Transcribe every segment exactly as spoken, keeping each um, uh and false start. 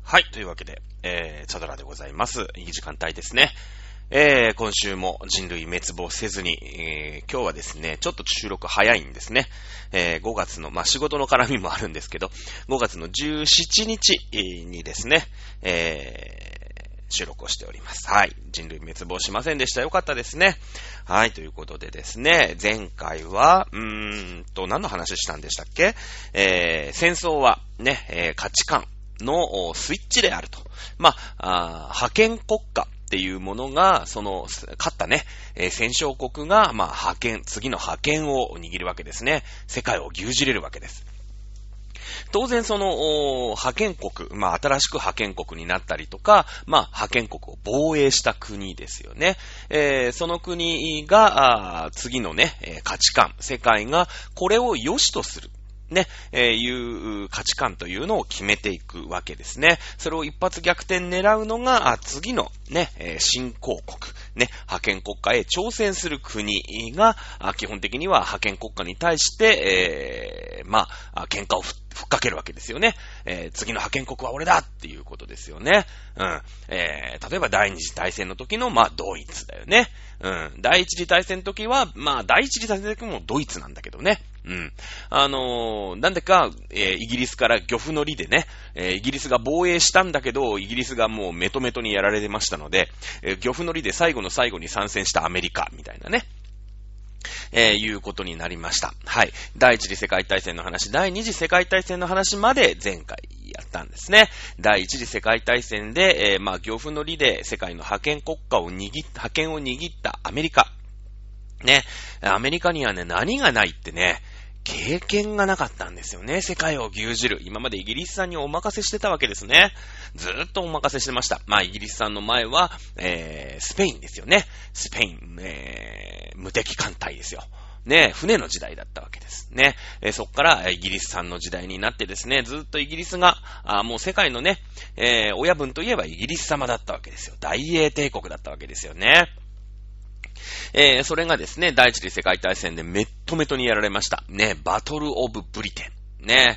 はい、というわけで、えー、チャドラでございます。いい時間帯ですね。えー、今週も人類滅亡せずに、えー、今日はですね、ちょっと収録早いんですね。えー、ごがつの、まあ、仕事の絡みもあるんですけど、ごがつのじゅうしちにちにですね、えー、収録をしております。はい。人類滅亡しませんでした。よかったですね。はい。ということでですね、前回は、うーんと、何の話したんでしたっけ？えー、戦争はね、えー、価値観のスイッチであると。まあ、あ覇権国家っていうものが、その、勝ったね、えー、戦勝国が、まあ、覇権、次の覇権を握るわけですね。世界を牛耳れるわけです。当然その、覇権国、まあ、新しく覇権国になったりとか、まあ、覇権国を防衛した国ですよね。えー、その国が、あ次のね、価値観、世界がこれを良しとする。ね、えー、いう価値観というのを決めていくわけですね。それを一発逆転狙うのが、次のね、えー、新興国、ね、覇権国家へ挑戦する国が、基本的には覇権国家に対して、えー、まあ、喧嘩をふっかけるわけですよね。えー、次の覇権国は俺だっていうことですよね。うん。えー、例えば第二次大戦の時の、まあ、ドイツだよね。うん。第一次大戦の時は、まあ、第一次大戦の時もドイツなんだけどね。うん。あのー、なんでか、えー、イギリスから漁夫の利でね、えー、イギリスが防衛したんだけど、イギリスがもうメトメトにやられてましたので、えー、漁夫の利で最後の最後に参戦したアメリカ、みたいなね。えー、いうことになりました。はい。第一次世界大戦の話、第二次世界大戦の話まで前回やったんですね。第一次世界大戦で、えー、まあ、漁夫の利で世界の覇権国家を握っ、覇権を握ったアメリカ。ね。アメリカにはね、何がないってね、経験がなかったんですよね。世界を牛耳る。今までイギリスさんにお任せしてたわけですね。ずーっとお任せしてました。まあ、イギリスさんの前は、えー、スペインですよね。スペイン、えー、無敵艦隊ですよ。ね、船の時代だったわけですね。えー、そっからイギリスさんの時代になってですね、ずーっとイギリスが、あもう世界のね、えー、親分といえばイギリス様だったわけですよ。大英帝国だったわけですよね。えー、それがですね、第一次世界大戦でメットメトにやられました。ね、バトルオブブリテン。ね、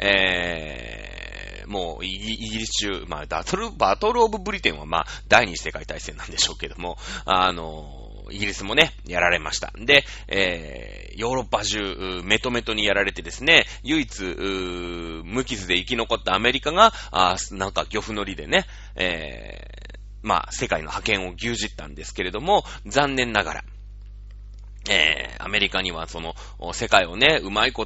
えー、もうイギリス中、まあ、バトル、バトルオブブリテンはまあ、第二次世界大戦なんでしょうけども、あの、イギリスもね、やられました。で、えー、ヨーロッパ中、メトメトにやられてですね、唯一、無傷で生き残ったアメリカが、あなんか漁夫の利でね、えー、まあ、世界の覇権を牛耳ったんですけれども、残念ながら、えー、アメリカにはその、世界をね、うまいこと、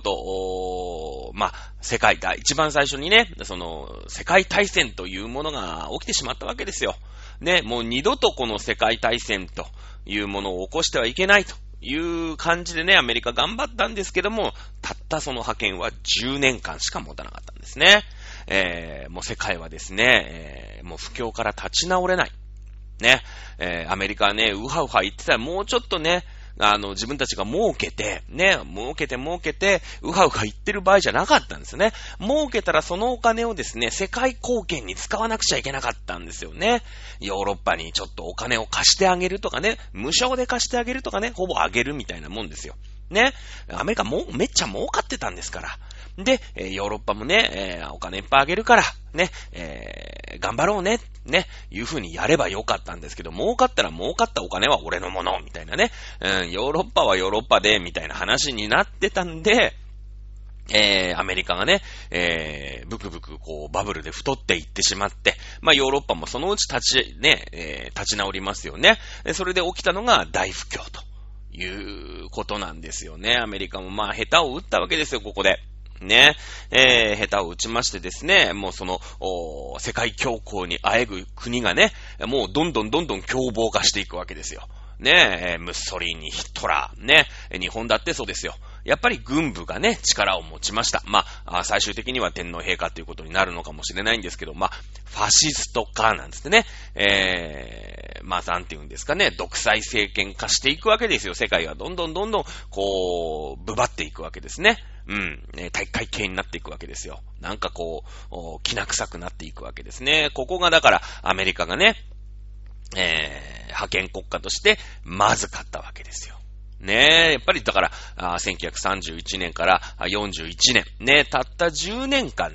まあ、世界が一番最初にね、その、世界大戦というものが起きてしまったわけですよ。ね、もう二度とこの世界大戦というものを起こしてはいけないという感じでね、アメリカ頑張ったんですけども、たったその覇権はじゅうねんかんしか持たなかったんですね。えー、もう世界はですね、えー、もう不況から立ち直れない。ね、えー、アメリカはね、ウハウハ言ってたらもうちょっとね、あの、自分たちが儲けて、ね、儲けて儲けて、ウハウハ言ってる場合じゃなかったんですよね。儲けたらそのお金をですね、世界貢献に使わなくちゃいけなかったんですよね。ヨーロッパにちょっとお金を貸してあげるとかね、無償で貸してあげるとかね、ほぼあげるみたいなもんですよ。ね。アメリカもめっちゃ儲かってたんですから。で、ヨーロッパもね、えー、お金いっぱいあげるから、ね、えー、頑張ろうね、ね、いう風にやればよかったんですけど、儲かったら儲かったお金は俺のもの、みたいなね、うん、ヨーロッパはヨーロッパで、みたいな話になってたんで、えー、アメリカがね、えー、ブクブクこうバブルで太っていってしまって、まあヨーロッパもそのうち立ち、ね、えー、立ち直りますよね。それで起きたのが大不況ということなんですよね。アメリカもまあ下手を打ったわけですよ、ここで。ね、えー、下手を打ちましてですね、もうその、世界恐慌にあえぐ国がね、もうどんどんどんどん凶暴化していくわけですよ。ね、ムッソリーニ、ヒトラー、ね、日本だってそうですよ。やっぱり軍部がね、力を持ちました。まあ、最終的には天皇陛下ということになるのかもしれないんですけど、まあ、ファシスト化なんですね。えー、まあ、なんていうんですかね、独裁政権化していくわけですよ。世界がどんどんどんどん、こう、ぶばっていくわけですね。うん、大会系になっていくわけですよ。なんかこう、きな臭くなっていくわけですね。ここがだから、アメリカがね、えー、覇権国家としてまずかったわけですよ。ねえ、やっぱりだから、せんきゅうひゃくさんじゅういちねんからよんじゅういちねん、ね、たったじゅうねんかんで、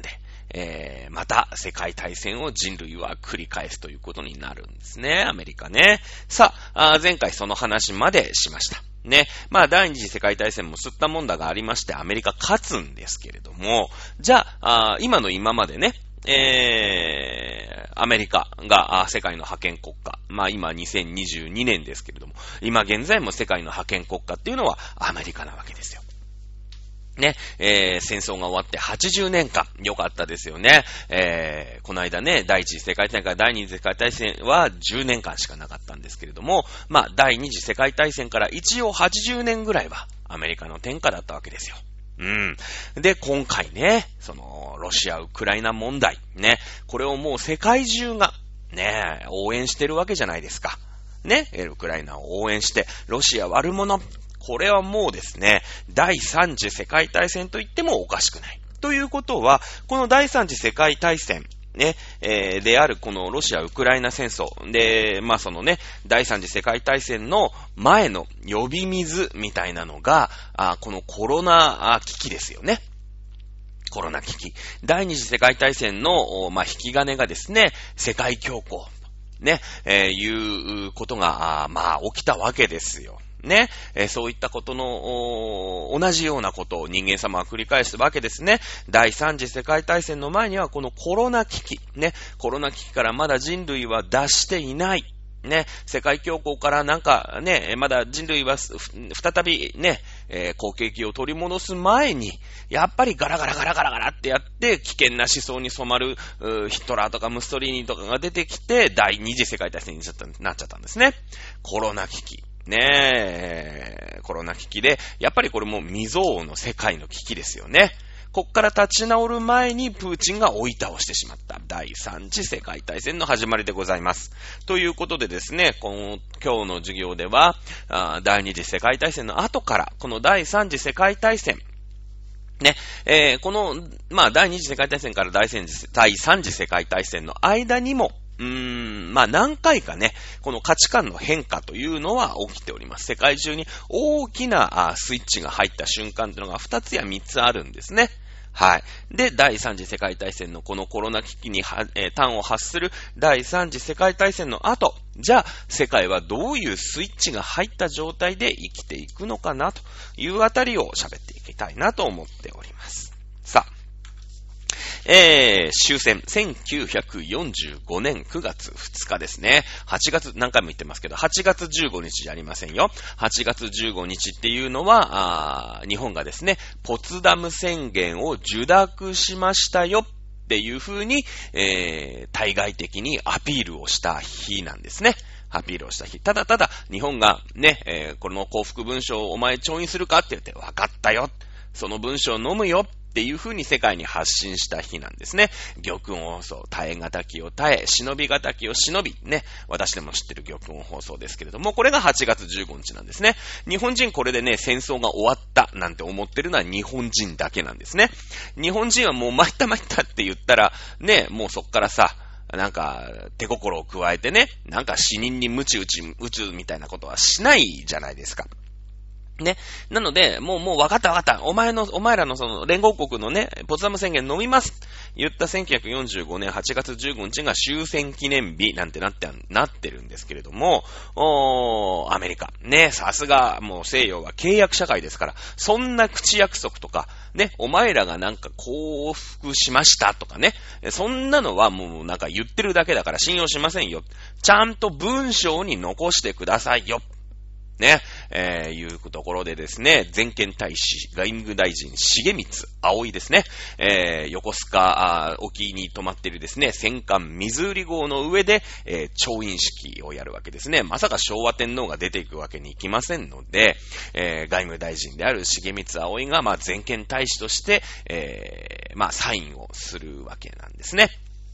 えー、また世界大戦を人類は繰り返すということになるんですね、アメリカね。さあ、あ前回その話までしました。ね。まあ、第二次世界大戦も吸ったもんだがありまして、アメリカ勝つんですけれども、じゃあ、あ今の今までね、えー、アメリカが世界の覇権国家。まあ今にせんにじゅうにねんですけれども、今現在も世界の覇権国家っていうのはアメリカなわけですよ。ね、えー、戦争が終わってはちじゅうねんかん。よかったですよね。えー、この間ね、第一次世界大戦から第二次世界大戦はじゅうねんかんしかなかったんですけれども、まあ第二次世界大戦から一応はちじゅうねんぐらいはアメリカの天下だったわけですよ。うん。で、今回ね、その、ロシア・ウクライナ問題、ね、これをもう世界中が、ね、応援してるわけじゃないですか。ね、ウクライナを応援して、ロシア悪者、これはもうですね、第三次世界大戦と言ってもおかしくない。ということは、この第三次世界大戦、ね、えー、であるこのロシア・ウクライナ戦争で、まあそのね、第三次世界大戦の前の呼び水みたいなのが、あこのコロナ危機ですよね。コロナ危機。第二次世界大戦の、まあ、引き金がですね、世界恐慌。ね、えー、いうことが、あまあ起きたわけですよ。ね、えー、そういったことの同じようなことを人間様は繰り返すわけですね。第三次世界大戦の前にはこのコロナ危機、ね、コロナ危機からまだ人類は脱していない。ね、世界恐慌からなんかね、まだ人類は再びね、えー、好景気を取り戻す前に、やっぱりガラガラガラガラガラってやって、危険な思想に染まるヒトラーとかムッソリーニとかが出てきて、第二次世界大戦になっちゃったんですね。コロナ危機。ねえ、コロナ危機で、やっぱりこれも未曾有の世界の危機ですよね。こっから立ち直る前にプーチンが追い倒してしまった第三次世界大戦の始まりでございます。ということでですね、この今日の授業では、あ第二次世界大戦の後から、この第三次世界大戦、ね、えー、この、まあ、第二次世界大戦から第三次、第三次世界大戦の間にも、うーん、まあ何回かね、この価値観の変化というのは起きております。世界中に大きなスイッチが入った瞬間というのがふたつやみっつあるんですね。はい。で、第三次世界大戦のこのコロナ危機には、えー、端を発する第三次世界大戦の後、じゃあ世界はどういうスイッチが入った状態で生きていくのかなというあたりを喋っていきたいなと思っております。さあ。えー、終戦、せんきゅうひゃくよんじゅうごねんくがつふつかですね。はちがつ、何回も言ってますけど、はちがつじゅうごにちじゃありませんよ。はちがつじゅうごにちっていうのは、あ日本がですね、ポツダム宣言を受諾しましたよっていう風に、えー、対外的にアピールをした日なんですね。アピールをした日。ただただ、日本がね、えー、この幸福文書をお前調印するかって言って、分かったよ。その文書を飲むよ。っていう風に世界に発信した日なんですね。玉音放送、耐え難きを耐え、忍び難きを忍び、ね。私でも知ってる玉音放送ですけれども、これがはちがつじゅうごにちなんですね。日本人これでね、戦争が終わったなんて思ってるのは日本人だけなんですね。日本人はもう参った参ったって言ったら、ね、もうそっからさ、なんか、手心を加えてね、なんか死人に鞭打ち、打つみたいなことはしないじゃないですか。ね。なので、もう、もう分かった分かった。お前の、お前らのその連合国のね、ポツダム宣言飲みます。言ったせんきゅうひゃくよんじゅうごねんはちがつじゅうごにちが終戦記念日なんてなって、なってるんですけれども、おー、アメリカ。ね、さすが、もう西洋は契約社会ですから、そんな口約束とか、ね、お前らがなんか降伏しましたとかね、そんなのはもうなんか言ってるだけだから信用しませんよ。ちゃんと文章に残してくださいよ。ね、えー、いうところでですね、全権大使、外務大臣、重光葵ですね、えー、横須賀沖に止まっているですね、戦艦水売号の上で、えー、調印式をやるわけですね。まさか昭和天皇が出ていくわけにいきませんので、えー、外務大臣である重光葵が、まあ、全権大使として、えー、まあ、サインをするわけなんですね。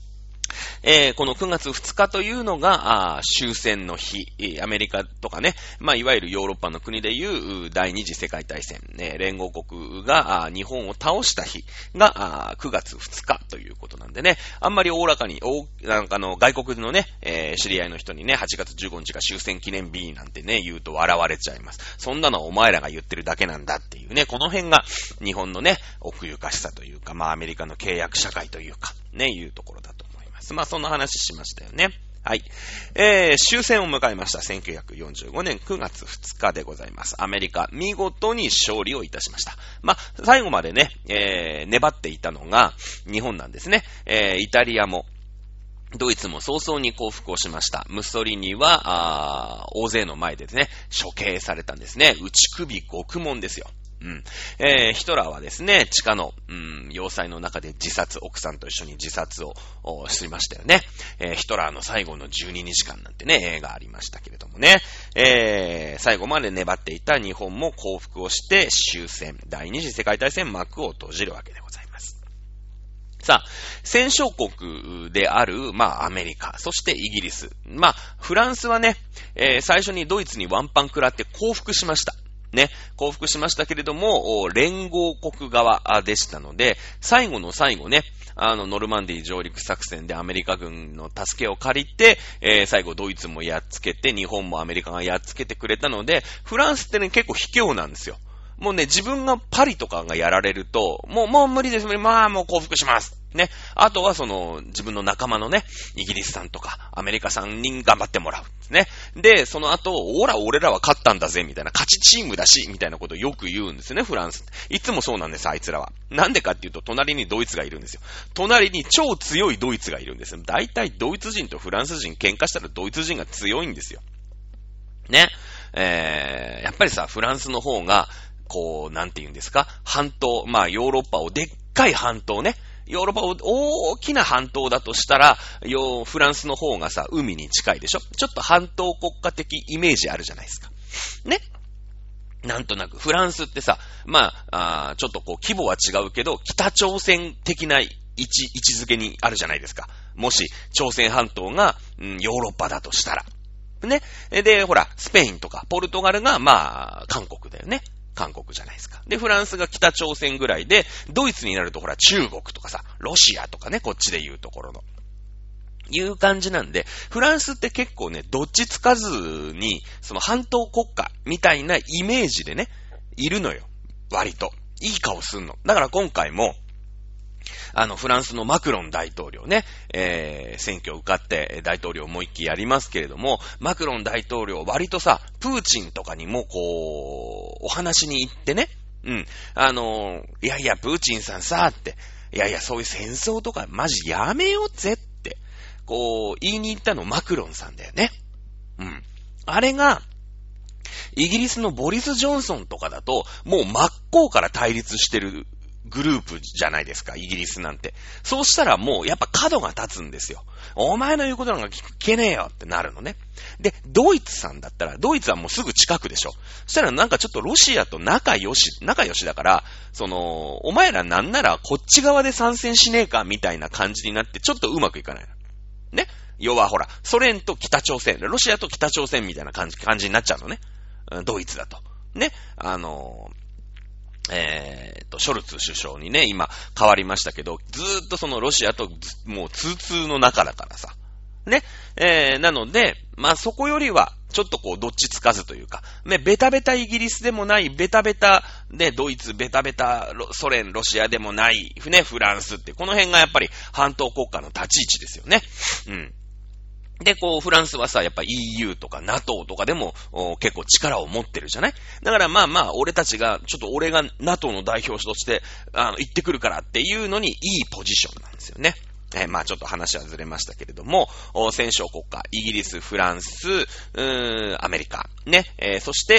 えー、このくがつふつかというのが、あ終戦の日、アメリカとかね、まあ、いわゆるヨーロッパの国でいう第二次世界大戦、ね、連合国が日本を倒した日がくがつふつかということなんでね、あんまり大らかに、おなんかの外国のね、えー、知り合いの人にね、はちがつじゅうごにちが終戦記念日なんてね、言うと笑われちゃいます。そんなのはお前らが言ってるだけなんだっていうね、この辺が日本のね、奥ゆかしさというか、まあ、アメリカの契約社会というか、ね、いうところだと。まあ、そんな話しましたよね。はい。えー、終戦を迎えました。せんきゅうひゃくよんじゅうごねんくがつふつかでございます。アメリカ、見事に勝利をいたしました。まあ、最後までね、えー、粘っていたのが日本なんですね。えー、イタリアも、ドイツも早々に降伏をしました。ムッソリーニは、あ大勢の前でね、処刑されたんですね。内首獄門ですよ。うん。えー、ヒトラーはですね、地下の、うん、要塞の中で自殺、奥さんと一緒に自殺をしましたよね。えー、ヒトラーの最後のじゅうににちかんなんてね、映画ありましたけれどもね。えー、最後まで粘っていた日本も降伏をして終戦、第二次世界大戦幕を閉じるわけでございます。さあ、戦勝国である、まあ、アメリカ、そしてイギリス。まあ、フランスはね、えー、最初にドイツにワンパン食らって降伏しました。ね、降伏しましたけれども、連合国側でしたので、最後の最後ね、あの、ノルマンディ上陸作戦でアメリカ軍の助けを借りて、えー、最後ドイツもやっつけて、日本もアメリカがやっつけてくれたので、フランスってね、結構卑怯なんですよ。もうね、自分がパリとかがやられると、もう、もう無理です。まあ、もう降伏します。ね。あとはその、自分の仲間のね、イギリスさんとか、アメリカさんに頑張ってもらう。ね。で、その後、おら、俺らは勝ったんだぜ、みたいな、勝ちチームだし、みたいなことをよく言うんですよね、フランス。いつもそうなんです、あいつらは。なんでかっていうと、隣にドイツがいるんですよ。隣に超強いドイツがいるんですよ。大体ドイツ人とフランス人喧嘩したらドイツ人が強いんですよ。ね。えー、やっぱりさ、フランスの方が、こう、なんて言うんですか、半島、まあヨーロッパをでっかい半島ね、ヨーロッパを大きな半島だとしたら、フランスの方がさ、海に近いでしょ？ちょっと半島国家的イメージあるじゃないですか。ね？なんとなく、フランスってさ、まあ、あちょっとこう、規模は違うけど、北朝鮮的な位置、位置づけにあるじゃないですか。もし、朝鮮半島が、うん、ヨーロッパだとしたら。ね？で、ほら、スペインとか、ポルトガルが、まあ、韓国だよね。韓国じゃないですか。で、フランスが北朝鮮ぐらいで、ドイツになるとほら中国とかさ、ロシアとかね、こっちで言うところの。いう感じなんで、フランスって結構ね、どっちつかずに、その半島国家みたいなイメージでね、いるのよ。割と。いい顔すんの。だから今回も、あの、フランスのマクロン大統領ね、えー、選挙を受かって大統領もう一期やりますけれども、マクロン大統領割とさ、プーチンとかにもこう、お話に行ってね、うん、あのー、いやいや、プーチンさんさ、って、いやいや、そういう戦争とかマジやめようぜって、こう、言いに行ったのマクロンさんだよね。うん。あれが、イギリスのボリス・ジョンソンとかだと、もう真っ向から対立してるグループじゃないですか、イギリスなんて。そうしたらもうやっぱ角が立つんですよ。お前の言うことなんか聞けねえよってなるのね。で、ドイツさんだったら、ドイツはもうすぐ近くでしょ。そしたらなんかちょっとロシアと仲良し、仲良しだから、その、お前らなんならこっち側で参戦しねえかみたいな感じになってちょっとうまくいかないの。ね。要はほら、ソ連と北朝鮮、ロシアと北朝鮮みたいな感じ、感じになっちゃうのね。ドイツだと。ね。あのー、えーと、ショルツ首相にね、今変わりましたけど、ずーっとそのロシアともう通通の中だからさ。ね。えー、なので、まあそこよりは、ちょっとこう、どっちつかずというか、ね、ベタベタイギリスでもない、ベタベタ、ね、ドイツ、ベタベタ、ソ連、ロシアでもない、ね、フランスって、この辺がやっぱり半島国家の立ち位置ですよね。うん。で、こう、フランスはさ、やっぱ イーユー とか NATO とかでも結構力を持ってるじゃない？だからまあまあ、俺たちが、ちょっと俺が NATO の代表として、あの、行ってくるからっていうのにいいポジションなんですよね。えー、まあちょっと話はずれましたけれども、戦勝国家、イギリス、フランス、うーん、アメリカ、ね、えー、そして、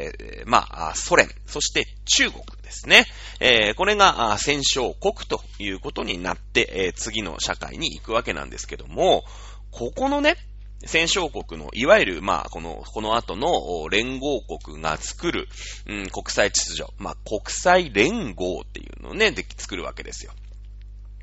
えー、まあ、ソ連、そして中国ですね。えー、これが戦勝国ということになって、えー、次の社会に行くわけなんですけども、ここのね、戦勝国の、いわゆる、まあ、この、この後の連合国が作る、うん、国際秩序、まあ、国際連合っていうのをね、で作るわけですよ。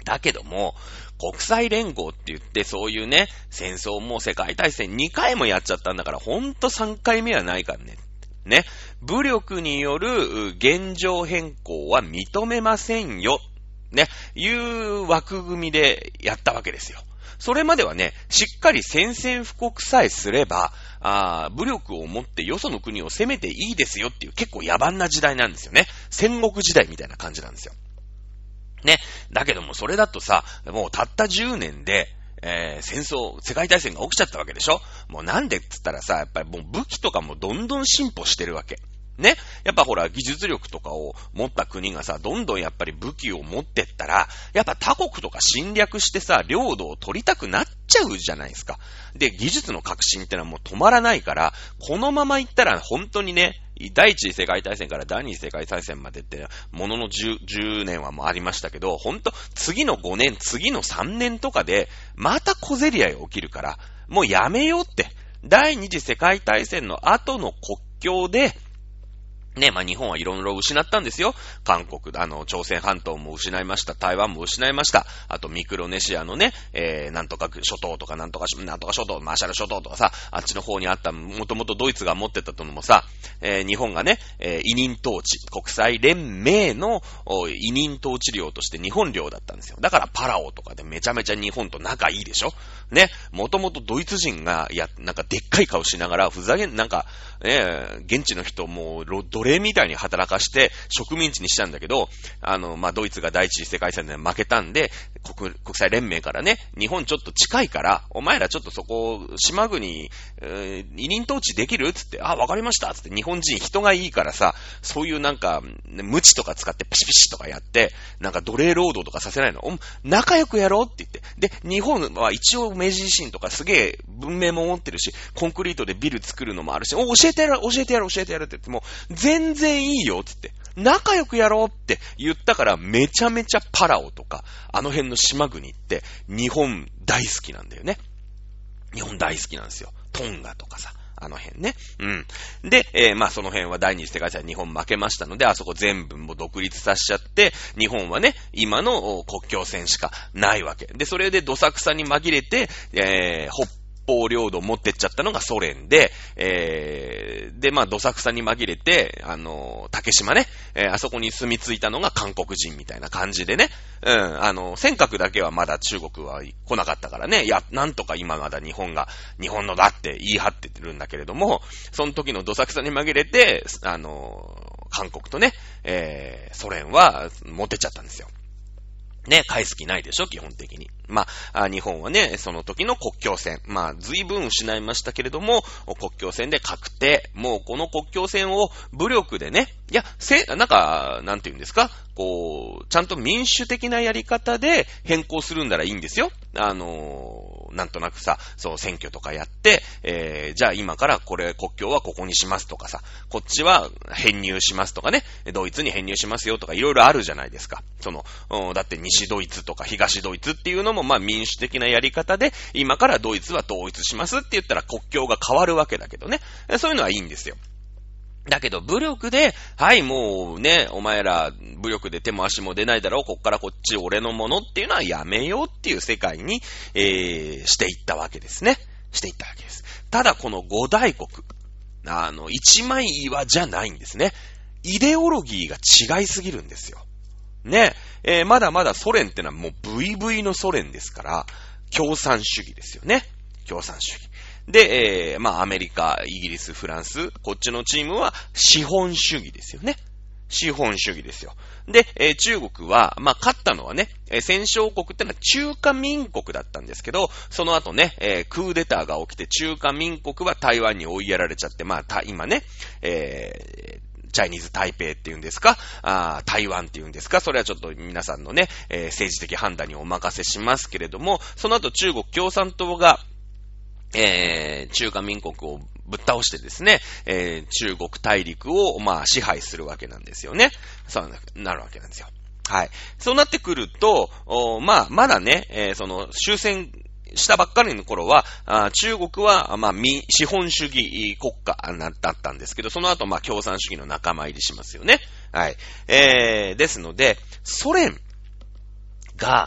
だけども、国際連合って言ってそういうね、戦争も世界大戦にかいもやっちゃったんだから、ほんとさんかいめはないからね。ね。武力による現状変更は認めませんよ。ね。いう枠組みでやったわけですよ。それまではね、しっかり宣戦布告さえすれば、あ武力を持ってよその国を攻めていいですよっていう結構野蛮な時代なんですよね。戦国時代みたいな感じなんですよ。ね。だけどもそれだとさ、もうたったじゅうねんで、えー、戦争、世界大戦が起きちゃったわけでしょ。もうなんでって言ったらさ、やっぱりもう武器とかもどんどん進歩してるわけ。ね。やっぱほら、技術力とかを持った国がさ、どんどんやっぱり武器を持ってったら、やっぱ他国とか侵略してさ、領土を取りたくなっちゃうじゃないですか。で、技術の革新ってのはもう止まらないから、このままいったら本当にね、第一次世界大戦から第二次世界大戦までって、もののじゅう、じゅうねんはもうありましたけど、本当次のごねん、次のさんねんとかで、また小競り合いが起きるから、もうやめようって。第二次世界大戦の後の国境で、ね、まあ、日本はいろいろ失ったんですよ。韓国、あの、朝鮮半島も失いました。台湾も失いました。あと、ミクロネシアのね、えー、なんとか諸島とかなんとか、なんとか諸島、マーシャル諸島とかさ、あっちの方にあった、もともとドイツが持ってたとのもさ、えー、日本がね、えー、委任統治、国際連盟の委任統治領として日本領だったんですよ。だからパラオとかでめちゃめちゃ日本と仲いいでしょ。ね、もともとドイツ人が、いや、なんかでっかい顔しながら、ふざけん、なんか、ね、現地の人も奴隷みたいに働かして植民地にしたんだけど、あの、まあ、ドイツが第一次世界大戦で負けたんで、国、国際連盟からね、日本ちょっと近いから、お前らちょっとそこ、島国、えー、委任統治できるつって、あ、わかりましたつって、日本人人がいいからさ、そういうなんか、無知とか使ってピシピシとかやって、なんか奴隷労働とかさせないの。仲良くやろうって言って。で、日本は一応明治維新とかすげえ文明も持ってるし、コンクリートでビル作るのもあるし、お、教えてやる、教えてやる、教えてやるって言って、もう、全然いいよって言って、仲良くやろうって言ったから、めちゃめちゃパラオとか、あの辺の島国って、日本大好きなんだよね。日本大好きなんですよ。トンガとかさ。あの辺ね。うん。で、えー、まあその辺は第二次世界大戦日本負けましたので、あそこ全部も独立させちゃって、日本はね、今の国境線しかないわけ。で、それでどさくさに紛れて、えー、北方領土を持ってっちゃったのがソ連で、えー、で、まあ、どさくさに紛れて、あの、竹島ね、えー、あそこに住み着いたのが韓国人みたいな感じでね、うん、あの、尖閣だけはまだ中国は来なかったからね、いや、なんとか今まだ日本が、日本のだって言い張ってるんだけれども、その時のどさくさに紛れて、あの、韓国とね、えー、ソ連は持ってっちゃったんですよ。ね、返す気ないでしょ、基本的に。まあ、日本はね、その時の国境線。まあ、随分失いましたけれども、国境線で確定。もうこの国境線を武力でね、いや、せ、なんか、なんて言うんですか、こう、ちゃんと民主的なやり方で変更するんならいいんですよ。あの、なんとなくさ、そう、選挙とかやって、えー、じゃあ今からこれ、国境はここにしますとかさ、こっちは編入しますとかね、ドイツに編入しますよとかいろいろあるじゃないですか。その、だって西ドイツとか東ドイツっていうのもまあ民主的なやり方で、今からドイツは統一しますって言ったら国境が変わるわけだけどね。そういうのはいいんですよ。だけど武力で、はいもうね、お前ら武力で手も足も出ないだろう、こっからこっち俺のものっていうのはやめようっていう世界に、えー、していったわけですね。していったわけです。ただこの五大国、あの、一枚岩じゃないんですね。イデオロギーが違いすぎるんですよ。ね、えー、まだまだソ連ってのはもうブイブイのソ連ですから、共産主義ですよね。共産主義。で、えー、まあアメリカ、イギリス、フランス、こっちのチームは資本主義ですよね。資本主義ですよ。で、えー、中国は、まあ勝ったのはね、えー、戦勝国ってのは中華民国だったんですけど、その後ね、えー、クーデターが起きて中華民国は台湾に追いやられちゃって、まあた今ね、えーチャイニーズ台北っていうんですか、あ台湾っていうんですか、それはちょっと皆さんのね、えー、政治的判断にお任せしますけれども、その後中国共産党が、えー、中華民国をぶっ倒してですね、えー、中国大陸をまあ支配するわけなんですよね。そうなるわけなんですよ。はい。そうなってくると、まあまだね、えー、その終戦したばっかりの頃は、あ中国は、まあ、資本主義国家だったんですけど、その後、まあ、共産主義の仲間入りしますよね。はい。えー、ですので、ソ連が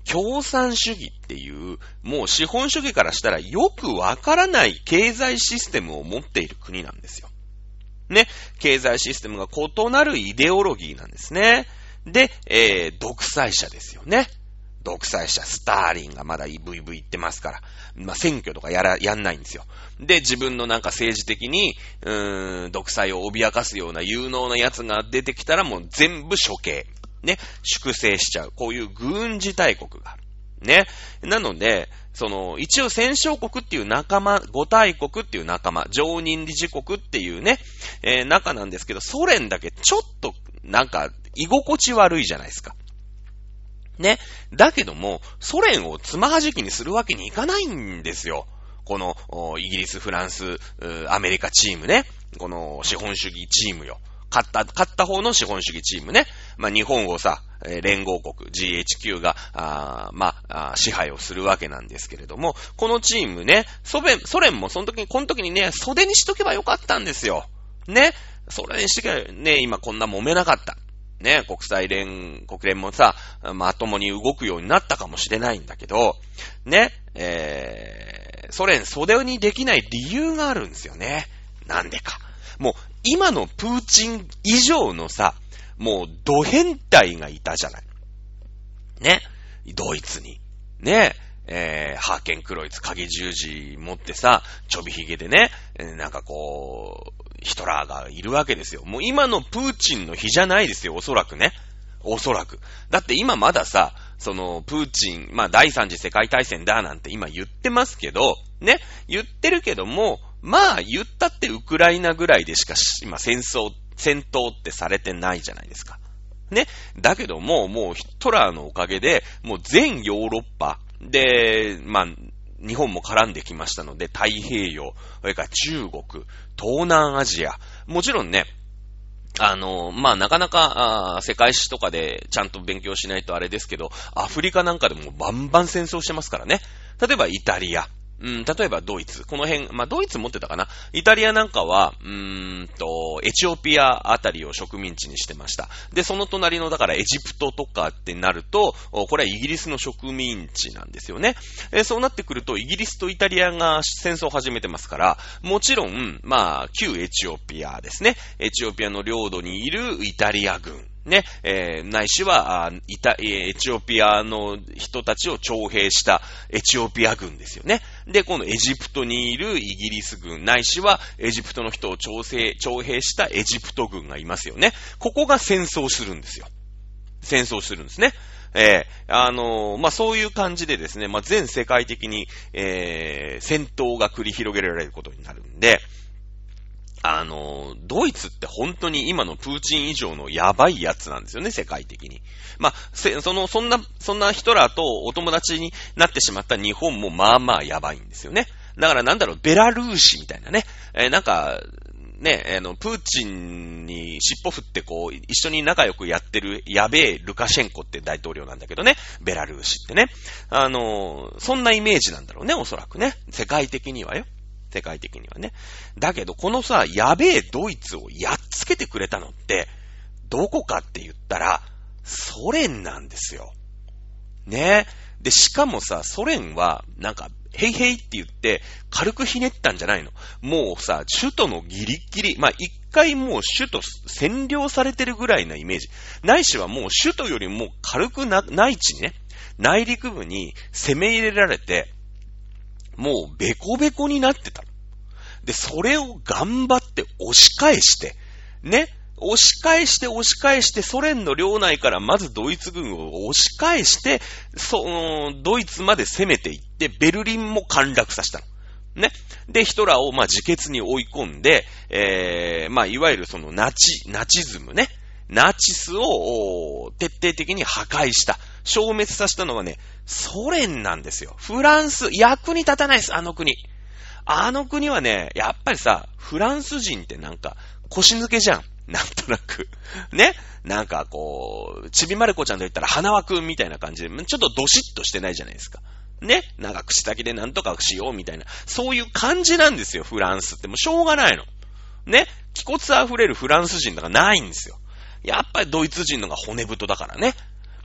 共産主義っていう、もう資本主義からしたらよくわからない経済システムを持っている国なんですよ。ね。経済システムが異なるイデオロギーなんですね。で、えー、独裁者ですよね。独裁者、スターリンがまだブイブイ言ってますから。まあ、選挙とかやら、やんないんですよ。で、自分のなんか政治的に、うーん、独裁を脅かすような有能なやつが出てきたらもう全部処刑。ね。粛清しちゃう。こういう軍事大国がある。ね。なので、その、一応戦勝国っていう仲間、五大国っていう仲間、常任理事国っていうね、えー、仲なんですけど、ソ連だけちょっと、なんか、居心地悪いじゃないですか。ね。だけども、ソ連をつまはじきにするわけにいかないんですよ。この、イギリス、フランス、アメリカチームね。この資本主義チームよ。勝った、勝った方の資本主義チームね。まあ、日本をさ、連合国 ジーエイチキュー が、あまあ、支配をするわけなんですけれども、このチームね、ソ連、ソ連もその時に、この時にね、袖にしとけばよかったんですよ。ね。それにしとけばね、今こんな揉めなかった。ね、国際連、国連もさ、まともに動くようになったかもしれないんだけど、ね、えー、ソ連袖にできない理由があるんですよね。なんでか。もう、今のプーチン以上のさ、もう、ド変態がいたじゃない。ね、ドイツに。ね、えー、ハーケンクロイツ影十字持ってさ、ちょびひげでね、なんかこう、ヒトラーがいるわけですよ。もう今のプーチンの日じゃないですよ、おそらくね。おそらく。だって今まださ、その、プーチン、まあ第三次世界大戦だなんて今言ってますけど、ね、言ってるけども、まあ言ったってウクライナぐらいでしか今戦争、戦闘ってされてないじゃないですか。ね。だけども、もうヒトラーのおかげで、もう全ヨーロッパで、まあ、日本も絡んできましたので、太平洋、それから中国、東南アジア、もちろんね、あの、まあ、なかなか、世界史とかでちゃんと勉強しないとあれですけど、アフリカなんかでもバンバン戦争してますからね。例えばイタリア、うん、例えばドイツ、この辺、まあ、ドイツ持ってたかな。イタリアなんかは、うーんと、エチオピアあたりを植民地にしてました。で、その隣の、だからエジプトとかってなると、これはイギリスの植民地なんですよね。えそうなってくると、イギリスとイタリアが戦争を始めてますから、もちろん、まあ、旧エチオピアですね。エチオピアの領土にいるイタリア軍。ね、えー、ないしは、イタ、エチオピアの人たちを徴兵したエチオピア軍ですよね。で、このエジプトにいるイギリス軍、ないしはエジプトの人を徴兵、徴兵したエジプト軍がいますよね。ここが戦争するんですよ。戦争するんですね。えー、あのー、まあ、そういう感じでですね、まあ、全世界的に、えー、戦闘が繰り広げられることになるんで、あの、ドイツって本当に今のプーチン以上のやばいやつなんですよね、世界的に。まあ、せ、その、そんな、そんなヒトラーとお友達になってしまった日本もまあまあやばいんですよね。だからなんだろう、ベラルーシみたいなね。えー、なんか、ね、あの、プーチンに尻尾振ってこう、一緒に仲良くやってるやべえルカシェンコって大統領なんだけどね。ベラルーシってね。あの、そんなイメージなんだろうね、おそらくね。世界的にはよ。世界的にはね。だけど、このさ、やべえドイツをやっつけてくれたのって、どこかって言ったら、ソ連なんですよ。ね。で、しかもさ、ソ連は、なんか、ヘイヘイって言って、軽くひねったんじゃないの。もうさ、首都のギリギリ、まあ、一回もう首都占領されてるぐらいなイメージ。ないしはもう首都よりも軽くな、内地にね、内陸部に攻め入れられて、もうベコベコになってた。で、それを頑張って押し返して、ね、押し返して押し返してソ連の領内からまずドイツ軍を押し返して、その、ドイツまで攻めていって、ベルリンも陥落させたの。ね。で、ヒトラーをまあ自決に追い込んで、えー、まあいわゆるそのナチ、ナチズムね。ナチスを徹底的に破壊した。消滅させたのはね、ソ連なんですよ。フランス、役に立たないです、あの国。あの国はね、やっぱりさ、フランス人ってなんか腰抜けじゃん。なんとなく。ね。なんかこう、ちびまる子ちゃんと言ったら花輪くんみたいな感じで、ちょっとドシッとしてないじゃないですか。ね。なんか口先でなんとかしようみたいな。そういう感じなんですよ、フランスって。もうしょうがないの。ね。気骨あふれるフランス人とかないんですよ。やっぱりドイツ人のが骨太だからね。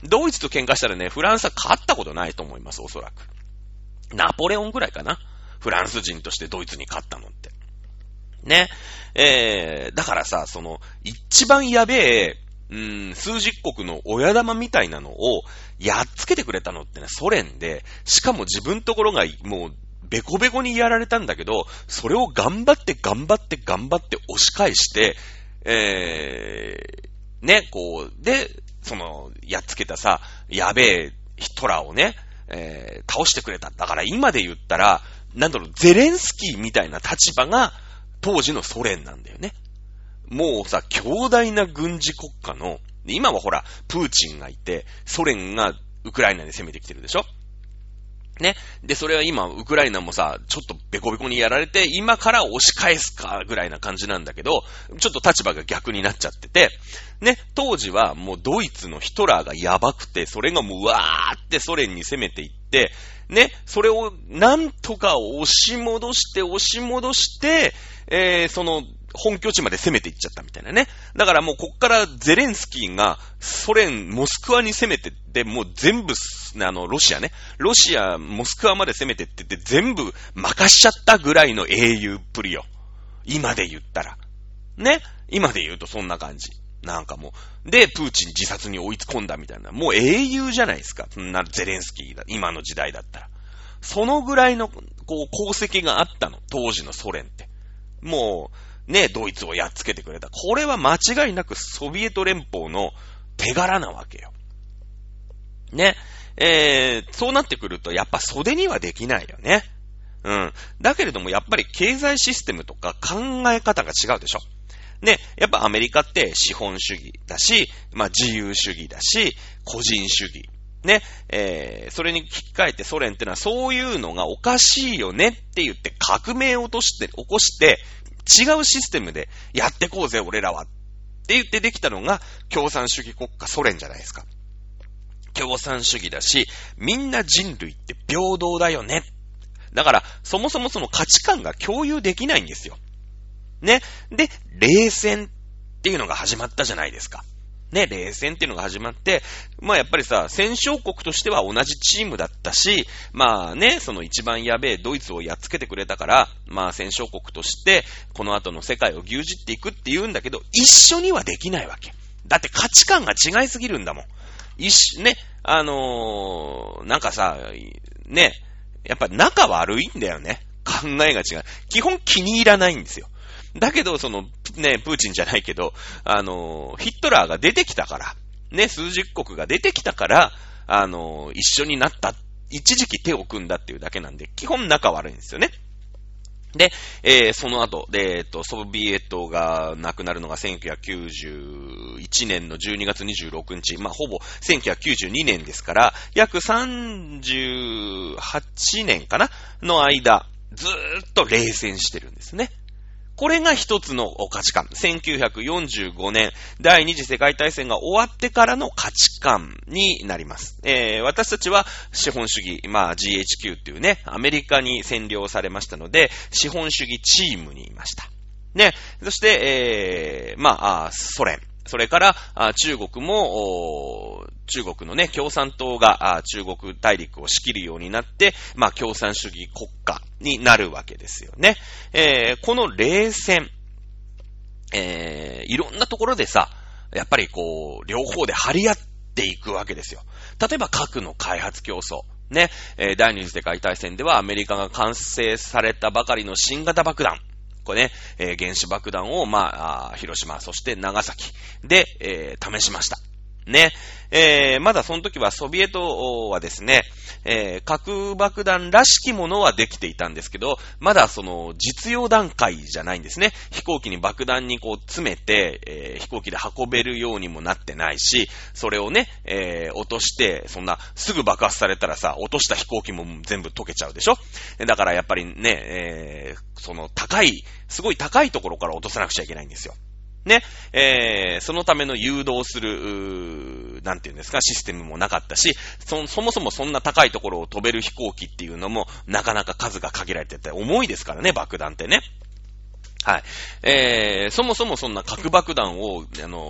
ドイツと喧嘩したらね、フランスは勝ったことないと思います、おそらく。ナポレオンぐらいかな。フランス人としてドイツに勝ったのって。ね。えー、だからさ、その、一番やべえ、うーん、数十国の親玉みたいなのをやっつけてくれたのってね、ソ連で、しかも自分ところがもう、ベコベコにやられたんだけど、それを頑張って頑張って頑張って押し返して、えー、ね、こう、で、その、やっつけたさ、やべえヒトラーをね、えー、倒してくれた。だから今で言ったら、なんだろう、ゼレンスキーみたいな立場が当時のソ連なんだよね。もうさ、強大な軍事国家の、今はほら、プーチンがいて、ソ連がウクライナに攻めてきてるでしょ？ね。で、それは今、ウクライナもさ、ちょっとベコベコにやられて、今から押し返すか、ぐらいな感じなんだけど、ちょっと立場が逆になっちゃってて、ね、当時はもうドイツのヒトラーがやばくて、それがもうわーってソ連に攻めていって、ね、それをなんとか押し戻して押し戻して、えー、その、本拠地まで攻めていっちゃったみたいなね。だからもうこっからゼレンスキーがソ連、モスクワに攻めてって、もう全部、あの、ロシアね。ロシア、モスクワまで攻めてってって全部任しちゃったぐらいの英雄っぷりよ。今で言ったら。ね。今で言うとそんな感じ。なんかもう。で、プーチン自殺に追い込んだみたいな。もう英雄じゃないですか。そんなゼレンスキーだ。今の時代だったら。そのぐらいの、こう、功績があったの。当時のソ連って。もう、ね、ドイツをやっつけてくれた。これは間違いなくソビエト連邦の手柄なわけよ。ね。えー、そうなってくると、やっぱ袖にはできないよね。うん。だけれども、やっぱり経済システムとか考え方が違うでしょ。ね。やっぱアメリカって資本主義だし、まあ自由主義だし、個人主義。ね。えー、それに引き換えてソ連ってのはそういうのがおかしいよねって言って革命を落として、起こして、違うシステムでやってこうぜ俺らはって言ってできたのが共産主義国家ソ連じゃないですか。共産主義だし、みんな人類って平等だよね。だからそもそもその価値観が共有できないんですよ。ね。で、冷戦っていうのが始まったじゃないですか。ね、冷戦っていうのが始まって、まあやっぱりさ、戦勝国としては同じチームだったし、まあね、その一番やべえドイツをやっつけてくれたから、まあ戦勝国として、この後の世界を牛耳っていくって言うんだけど、一緒にはできないわけ。だって価値観が違いすぎるんだもん。一緒、ね、あのー、なんかさ、ね、やっぱ仲悪いんだよね。考えが違う。基本気に入らないんですよ。だけど、その、ね、プーチンじゃないけど、あの、ヒットラーが出てきたから、ね、数十国が出てきたから、あの、一緒になった、一時期手を組んだっていうだけなんで、基本仲悪いんですよね。で、えー、その後、で、えっと、ソビエトが亡くなるのがせんきゅうひゃくきゅうじゅういちねんのじゅうにがつにじゅうろくにち、まあ、ほぼせんきゅうひゃくきゅうじゅうにねんですから、約さんじゅうはちねんかなの間、ずーっと冷戦してるんですね。これが一つの価値観。せんきゅうひゃくよんじゅうごねん、第二次世界大戦が終わってからの価値観になります。えー、私たちは資本主義、まあ ジーエイチキュー っていうね、アメリカに占領されましたので、資本主義チームにいました。ね、そして、えー、まあ、ソ連。それから、中国も、中国のね、共産党が中国大陸を仕切るようになって、まあ、共産主義国家になるわけですよね。えー、この冷戦、えー、いろんなところでさ、やっぱりこう、両方で張り合っていくわけですよ。例えば核の開発競争。ね、えー、第二次世界大戦ではアメリカが完成されたばかりの新型爆弾。これね、えー、原子爆弾を、まあ、広島、そして長崎で、えー、試しました。ね。えー、まだその時はソビエトはですね、えー、核爆弾らしきものはできていたんですけど、まだその実用段階じゃないんですね。飛行機に爆弾にこう詰めて、えー、飛行機で運べるようにもなってないし、それをね、えー、落として、そんなすぐ爆発されたらさ、落とした飛行機も全部溶けちゃうでしょ。だからやっぱりね、えー、その高い、すごい高いところから落とさなくちゃいけないんですよ。ね、えー、そのための誘導する、なんていうんですか、システムもなかったし、そ、そもそもそんな高いところを飛べる飛行機っていうのも、なかなか数が限られてて、重いですからね、爆弾ってね。はい。えー、そもそもそんな核爆弾を、あの、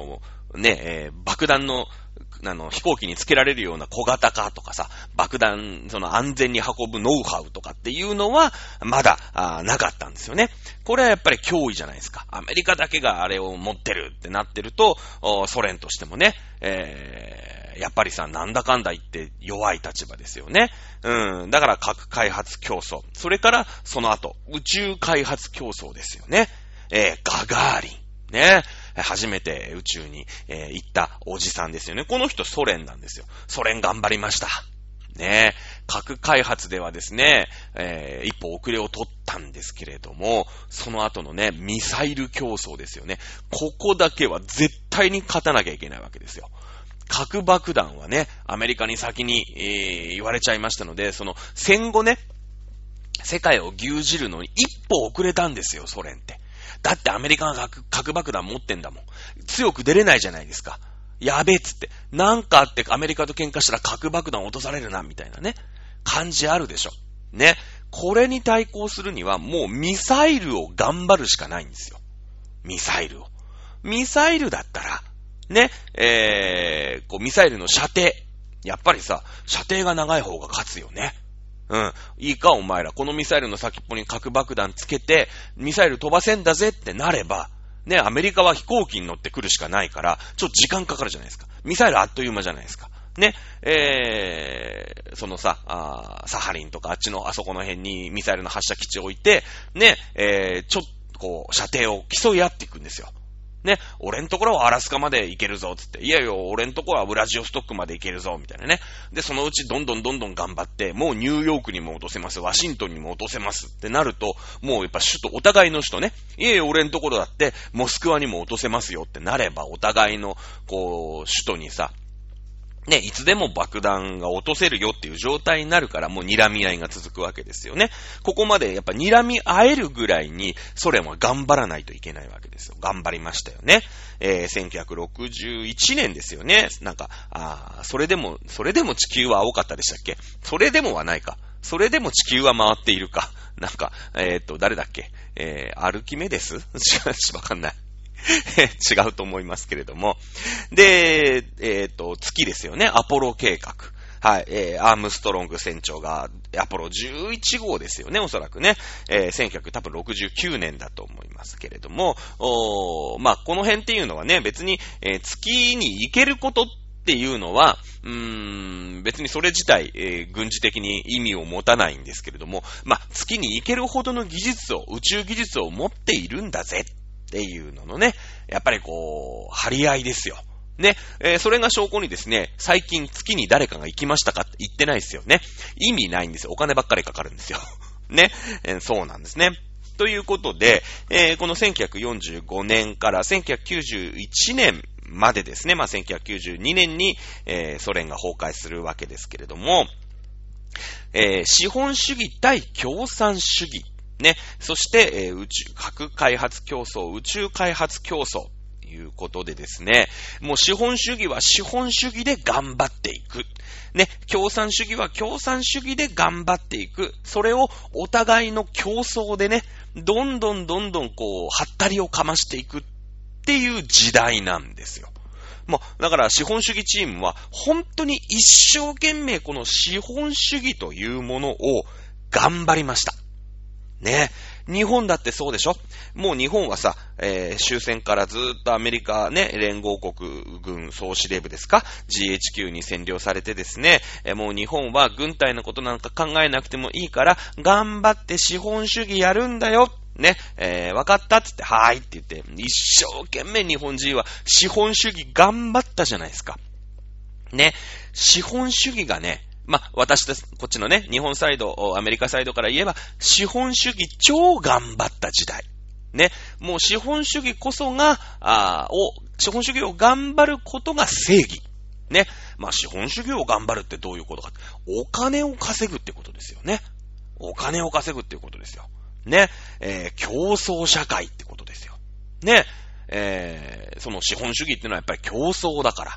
ね、えー、爆弾の、あの、飛行機につけられるような小型化とかさ、爆弾、その安全に運ぶノウハウとかっていうのは、まだ、あなかったんですよね。これはやっぱり脅威じゃないですか。アメリカだけがあれを持ってるってなってると、ソ連としてもね、えー、やっぱりさ、なんだかんだ言って弱い立場ですよね。うん。だから核開発競争。それから、その後、宇宙開発競争ですよね。えー、ガガーリン。ね。初めて宇宙に、えー、行ったおじさんですよね。この人ソ連なんですよ。ソ連頑張りました。ね。核開発ではですね、えー、一歩遅れを取ったんですけれども、その後のね、ミサイル競争ですよね。ここだけは絶対に勝たなきゃいけないわけですよ。核爆弾はね、アメリカに先に、えー、言われちゃいましたので、その戦後ね、世界を牛耳るのに一歩遅れたんですよ、ソ連って。だってアメリカが 核, 核爆弾持ってんだもん。強く出れないじゃないですか。やべえっつって。なんかあってアメリカと喧嘩したら核爆弾落とされるな、みたいなね。感じあるでしょ。ね。これに対抗するにはもうミサイルを頑張るしかないんですよ。ミサイルを。ミサイルだったら、ね、えー、こうミサイルの射程。やっぱりさ、射程が長い方が勝つよね。うん。いいかお前ら、このミサイルの先っぽに核爆弾つけて、ミサイル飛ばせんだぜってなれば、ね、アメリカは飛行機に乗ってくるしかないから、ちょっと時間かかるじゃないですか。ミサイルあっという間じゃないですか。ね、えー、そのさ、あサハリンとかあっちのあそこの辺にミサイルの発射基地を置いて、ね、えー、ちょっとこう、射程を競い合っていくんですよ。ね、俺んところはアラスカまで行けるぞ、つって。いやいや、俺んところはウラジオストックまで行けるぞ、みたいなね。で、そのうちどんどんどんどん頑張って、もうニューヨークにも落とせます、ワシントンにも落とせますってなると、もうやっぱ首都、お互いの首都ね。いやいや、俺んところだって、モスクワにも落とせますよってなれば、お互いの、こう、首都にさ、ね、いつでも爆弾が落とせるよっていう状態になるから、もう睨み合いが続くわけですよね。ここまでやっぱ睨み合えるぐらいに、ソ連は頑張らないといけないわけですよ。頑張りましたよね。えー、せんきゅうひゃくろくじゅういちねんですよね。なんか、あそれでも、それでも地球は青かったでしたっけ？それでもはないか。それでも地球は回っているか。なんか、えー、っと、誰だっけ？えー、アルキメデス？わかんない。違うと思いますけれども。で、えっと、月ですよね。アポロ計画。はい、えー、アームストロング船長が、アポロじゅういち号ですよね、おそらくね。えー、せんきゅうひゃくろくじゅうきゅうねんだと思いますけれども、おまあ、この辺っていうのはね、別に、えー、月に行けることっていうのは、うーん、別にそれ自体、えー、軍事的に意味を持たないんですけれども、まあ、月に行けるほどの技術を、宇宙技術を持っているんだぜ。っていうののね、やっぱりこう、張り合いですよ。ね、えー、それが証拠にですね、最近月に誰かが行きましたかって言ってないですよね。意味ないんですよ。お金ばっかりかかるんですよ。ね、えー、そうなんですね。ということで、えー、このせんきゅうひゃくよんじゅうごねんからせんきゅうひゃくきゅうじゅういちねんまでですね、まあ、せんきゅうひゃくきゅうじゅうにねんに、えー、ソ連が崩壊するわけですけれども、えー、資本主義対共産主義。ね。そして、えー、宇宙、核開発競争、宇宙開発競争ということでですね、もう資本主義は資本主義で頑張っていく。ね。共産主義は共産主義で頑張っていく。それをお互いの競争でね、どんどんどんどんこう、はったりをかましていくっていう時代なんですよ。もう、だから資本主義チームは本当に一生懸命この資本主義というものを頑張りました。ね。日本だってそうでしょ？もう日本はさ、えー、終戦からずっとアメリカね、連合国軍総司令部ですか？ ジーエイチキュー に占領されてですね、えー、もう日本は軍隊のことなんか考えなくてもいいから、頑張って資本主義やるんだよ。ね、えー、わかったっつって、はーいって言って、一生懸命日本人は資本主義頑張ったじゃないですか。ね、資本主義がね、まあ、私です。こっちのね、日本サイド、アメリカサイドから言えば、資本主義超頑張った時代。ね。もう資本主義こそが、あを、資本主義を頑張ることが正義。ね。まあ、資本主義を頑張るってどういうことか。お金を稼ぐってことですよね。お金を稼ぐっていうことですよ。ね。えー、競争社会ってことですよ。ね。えー、その資本主義っていうのはやっぱり競争だから。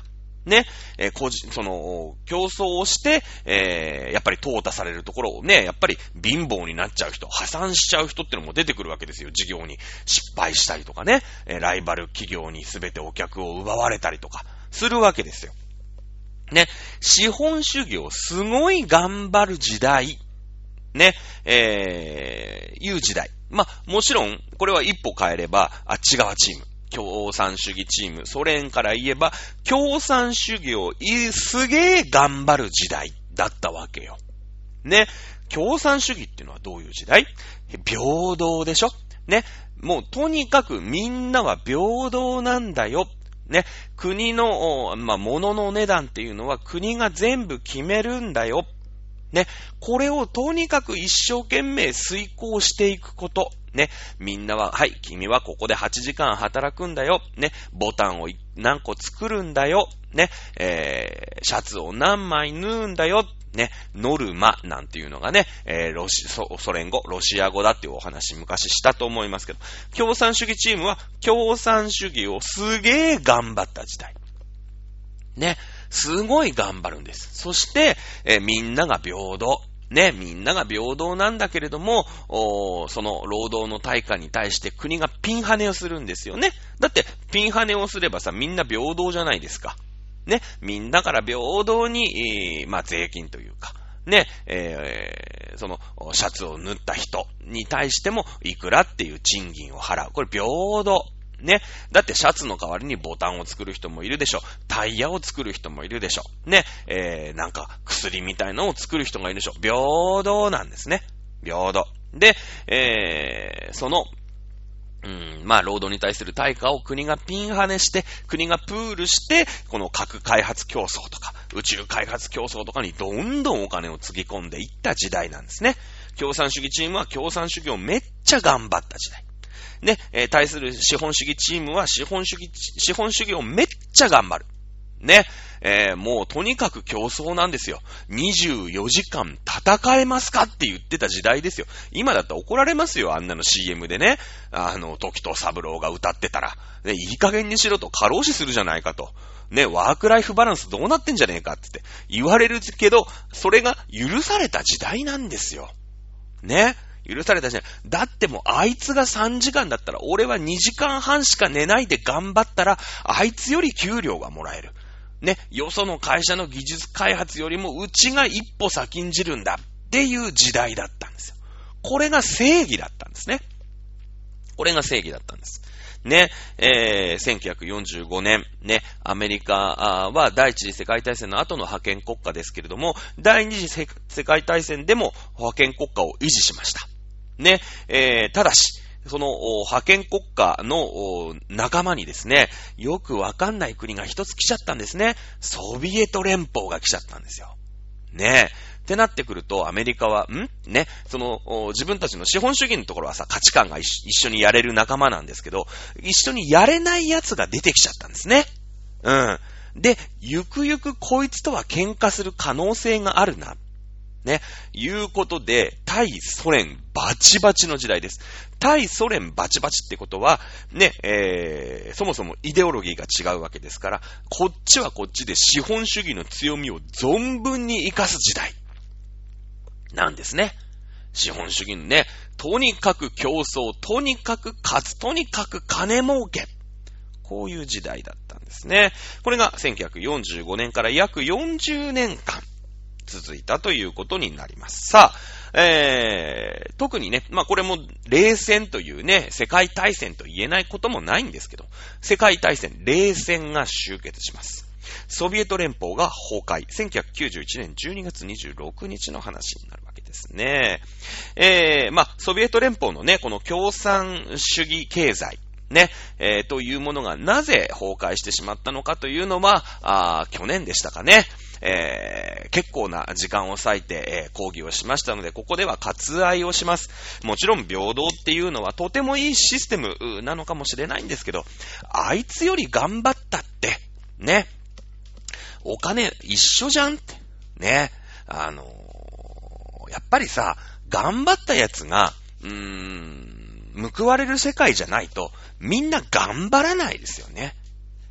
ね、えー、個人、その、競争をして、えー、やっぱり淘汰されるところをね、やっぱり貧乏になっちゃう人、破産しちゃう人ってのも出てくるわけですよ。事業に失敗したりとかね、えー、ライバル企業に全てお客を奪われたりとか、するわけですよ。ね、資本主義をすごい頑張る時代、ね、えー、いう時代。まあ、もちろん、これは一歩変えれば、あっち側チーム。共産主義チーム、ソ連から言えば、共産主義をすげー頑張る時代だったわけよ。ね。共産主義っていうのはどういう時代？平等でしょ？ね。もうとにかくみんなは平等なんだよ。ね。国の、まあ、物の値段っていうのは国が全部決めるんだよ。ね。これをとにかく一生懸命遂行していくこと。ね。みんなは、はい、君はここではちじかん働くんだよ。ね。ボタンを何個作るんだよ。ね。えー、シャツを何枚縫うんだよ。ね。ノルマなんていうのがね、えー、ロシ、ソ、ソ連語、ロシア語だっていうお話昔したと思いますけど、共産主義チームは共産主義をすげー頑張った時代。ね。すごい頑張るんです。そして、えー、みんなが平等。ね、みんなが平等なんだけれども、その労働の対価に対して国がピンハネをするんですよね。だって、ピンハネをすればさ、みんな平等じゃないですか。ね、みんなから平等に、えー、まあ、税金というか、ね、えー、その、シャツを縫った人に対しても、いくらっていう賃金を払う。これ平等。ね。だってシャツの代わりにボタンを作る人もいるでしょ。タイヤを作る人もいるでしょ。ね。えー、なんか薬みたいなのを作る人がいるでしょ。平等なんですね。平等。で、えー、その、うん、まあ、労働に対する対価を国がピンハネして、国がプールして、この核開発競争とか、宇宙開発競争とかにどんどんお金をつぎ込んでいった時代なんですね。共産主義チームは共産主義をめっちゃ頑張った時代。ね、えー、対する資本主義チームは資本主義、資本主義をめっちゃ頑張る。ね、えー、もうとにかく競争なんですよ。にじゅうよじかん戦えますかって言ってた時代ですよ。今だったら怒られますよ。あんなの シーエム でね、あの、時藤三郎が歌ってたら。ね、いい加減にしろと過労死するじゃないかと。ね、ワークライフバランスどうなってんじゃねえかって言われるけど、それが許された時代なんですよ。ね。許されたじゃん。だってもうあいつがさんじかんだったら俺はにじかんはんしか寝ないで頑張ったらあいつより給料がもらえる。ね。よその会社の技術開発よりもうちが一歩先んじるんだっていう時代だったんですよ。これが正義だったんですね。これが正義だったんです。ね、えー、せんきゅうひゃくよんじゅうごねん、ね、アメリカは第一次世界大戦の後の覇権国家ですけれども、第二次世界大戦でも覇権国家を維持しました。ね、えー、ただし、その覇権国家の仲間にですね、よくわかんない国が一つ来ちゃったんですね。ソビエト連邦が来ちゃったんですよ。ねえ。ってなってくると、アメリカは、んね、その、自分たちの資本主義のところはさ、価値観が一緒にやれる仲間なんですけど、一緒にやれない奴が出てきちゃったんですね。うん。で、ゆくゆくこいつとは喧嘩する可能性があるな。ね、いうことで、対ソ連バチバチの時代です。対ソ連バチバチってことは、ね、えー、そもそもイデオロギーが違うわけですから、こっちはこっちで資本主義の強みを存分に活かす時代。なんですね。資本主義のね、とにかく競争、とにかく勝つ、とにかく金儲け。こういう時代だったんですね。これがせんきゅうひゃくよんじゅうごねんから約よんじゅうねんかん続いたということになります。さあ、えー、特にね、まあこれも冷戦というね、世界大戦と言えないこともないんですけど、世界大戦、冷戦が終結します。ソビエト連邦が崩壊。せんきゅうひゃくきゅうじゅういちねんじゅうにがつにじゅうろくにちの話になるわけですね。えー、まあ、ソビエト連邦のね、この共産主義経済、ね、えー、というものがなぜ崩壊してしまったのかというのは、あ去年でしたかね。えー、結構な時間を割いて、えー、講義をしましたので、ここでは割愛をします。もちろん平等っていうのはとてもいいシステムなのかもしれないんですけど、あいつより頑張ったって、ね、お金一緒じゃんって。ね。あのー、やっぱりさ、頑張ったやつが、うーん、報われる世界じゃないと、みんな頑張らないですよね。あ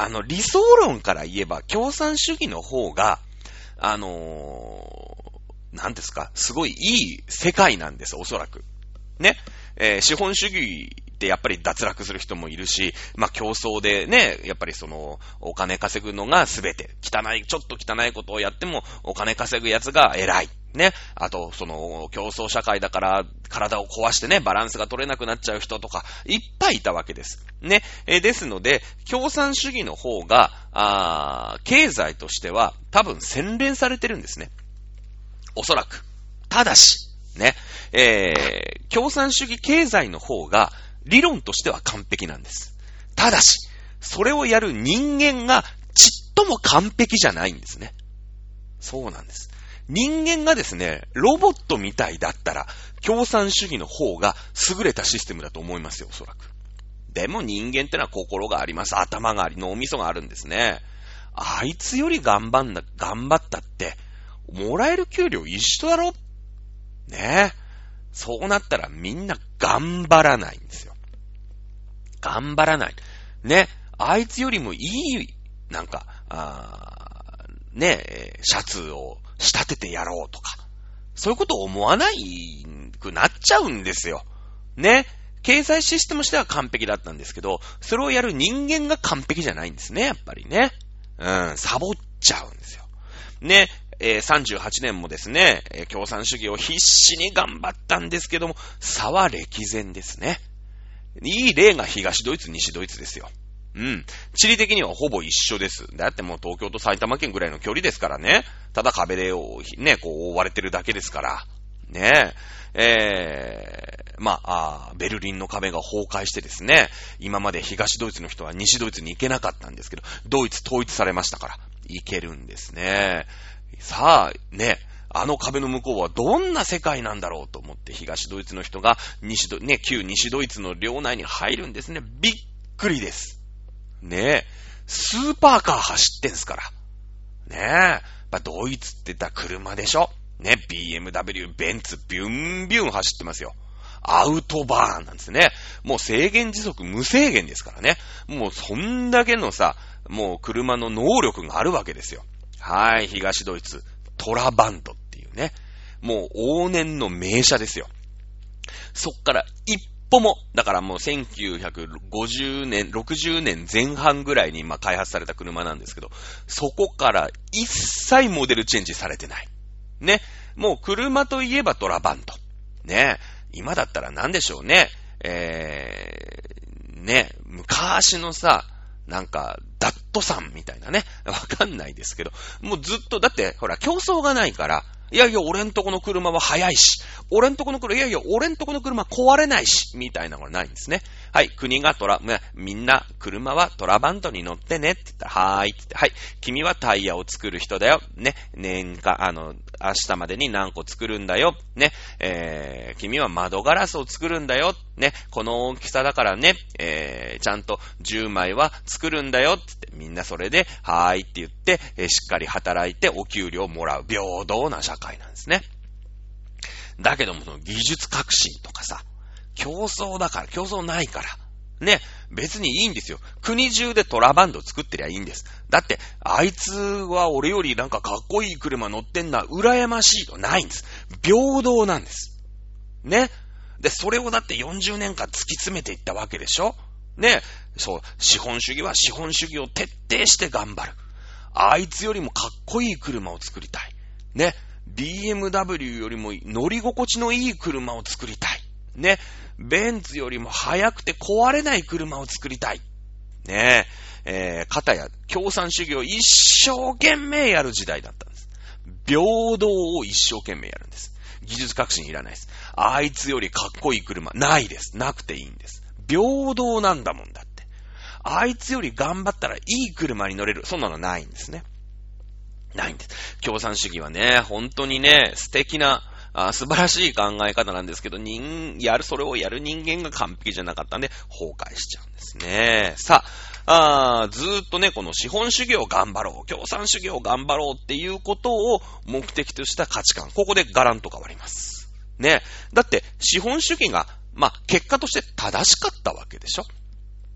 あの、理想論から言えば、共産主義の方が、あのー、なんですか、すごいいい世界なんです、おそらく。ね。えー、資本主義ってやっぱり脱落する人もいるし、まあ競争でね、やっぱりその、お金稼ぐのが全て。汚い、ちょっと汚いことをやっても、お金稼ぐやつが偉い。ね。あと、その、競争社会だから、体を壊してね、バランスが取れなくなっちゃう人とか、いっぱいいたわけです。ね。えー、ですので、共産主義の方が、あー、経済としては、多分洗練されてるんですね。おそらく。ただし、ね。えー、共産主義経済の方が、理論としては完璧なんです。ただし、それをやる人間がちっとも完璧じゃないんですね。そうなんです。人間がですね、ロボットみたいだったら、共産主義の方が優れたシステムだと思いますよ、おそらく。でも人間ってのは心があります。頭があり、脳みそがあるんですね。あいつより頑張んだ、頑張ったって、もらえる給料一緒だろ？ねえ。そうなったらみんな頑張らないんですよ。頑張らない。ね。あいつよりもいい、なんか、あね、シャツを仕立ててやろうとか。そういうことを思わないくなっちゃうんですよ。ね。経済システムとしては完璧だったんですけど、それをやる人間が完璧じゃないんですね、やっぱりね。うん、サボっちゃうんですよ。ね。えー、さんじゅうはちねんもですね、えー、共産主義を必死に頑張ったんですけども、差は歴然ですね。いい例が東ドイツ、西ドイツですよ。うん。地理的にはほぼ一緒です。だってもう東京と埼玉県ぐらいの距離ですからね。ただ壁でね、こう覆われてるだけですから。ねえ。えー、まあ、あベルリンの壁が崩壊してですね、今まで東ドイツの人は西ドイツに行けなかったんですけど、ドイツ統一されましたから、行けるんですね。さあ、ね、あの壁の向こうはどんな世界なんだろうと思って東ドイツの人が西ド、ね、旧西ドイツの領内に入るんですね。びっくりです。ねえ、スーパーカー走ってんすから。ねえ、やっぱドイツって言ったら車でしょ。ね、ビーエムダブリュー、ベンツ、ビュンビュン走ってますよ。アウトバーンなんですね。もう制限時速無制限ですからね。もうそんだけのさ、もう車の能力があるわけですよ。はい、東ドイツ、トラバントっていうね。もう往年の名車ですよ。そっから一歩も、だからもうせんきゅうひゃくごじゅうねん、ろくじゅうねんぜん半ぐらいに今開発された車なんですけど、そこから一切モデルチェンジされてない。ね。もう車といえばトラバント。ね。今だったら何でしょうね。えー、ね。昔のさ、なんか、ダットさんみたいなね。わかんないですけど。もうずっと、だって、ほら、競争がないから、いやいや、俺んとこの車は速いし、俺んとこの車、いやいや、俺んとこの車壊れないし、みたいなのがないんですね。はい、国がトラ、みんな、車はトラバントに乗ってねって言ったら、はーいって言って、はい、君はタイヤを作る人だよ。ね、年間、あの、明日までに何個作るんだよ。ね、えー、君は窓ガラスを作るんだよ。ね、この大きさだからね、えー、ちゃんとじゅうまいは作るんだよって言って、みんなそれで、はーいって言って、えー、しっかり働いてお給料をもらう。平等な社会なんですね。だけども、その技術革新とかさ、競争だから、競争ないから。ね、別にいいんですよ。国中でトラバンド作ってりゃいいんです。だって、あいつは俺よりなんかかっこいい車乗ってんな、羨ましいとないんです。平等なんです。ね。で、それをだってよんじゅうねんかん突き詰めていったわけでしょ。ね。そう、資本主義は資本主義を徹底して頑張る。あいつよりもかっこいい車を作りたい。ね。ビーエムダブリュー よりも乗り心地のいい車を作りたい。ね。ベンツよりも速くて壊れない車を作りたい。ねえ。えー、片や共産主義を一生懸命やる時代だったんです。平等を一生懸命やるんです。技術革新いらないです。あいつよりかっこいい車ないです。なくていいんです。平等なんだもんだって。あいつより頑張ったらいい車に乗れる。そんなのないんですね。ないんです。共産主義はね、本当にね、素敵な、あ素晴らしい考え方なんですけど、人、やる、それをやる人間が完璧じゃなかったんで、崩壊しちゃうんですね。さあ、あずーっとね、この資本主義を頑張ろう、共産主義を頑張ろうっていうことを目的とした価値観、ここでガランと変わります。ね。だって、資本主義が、まあ、結果として正しかったわけでしょ。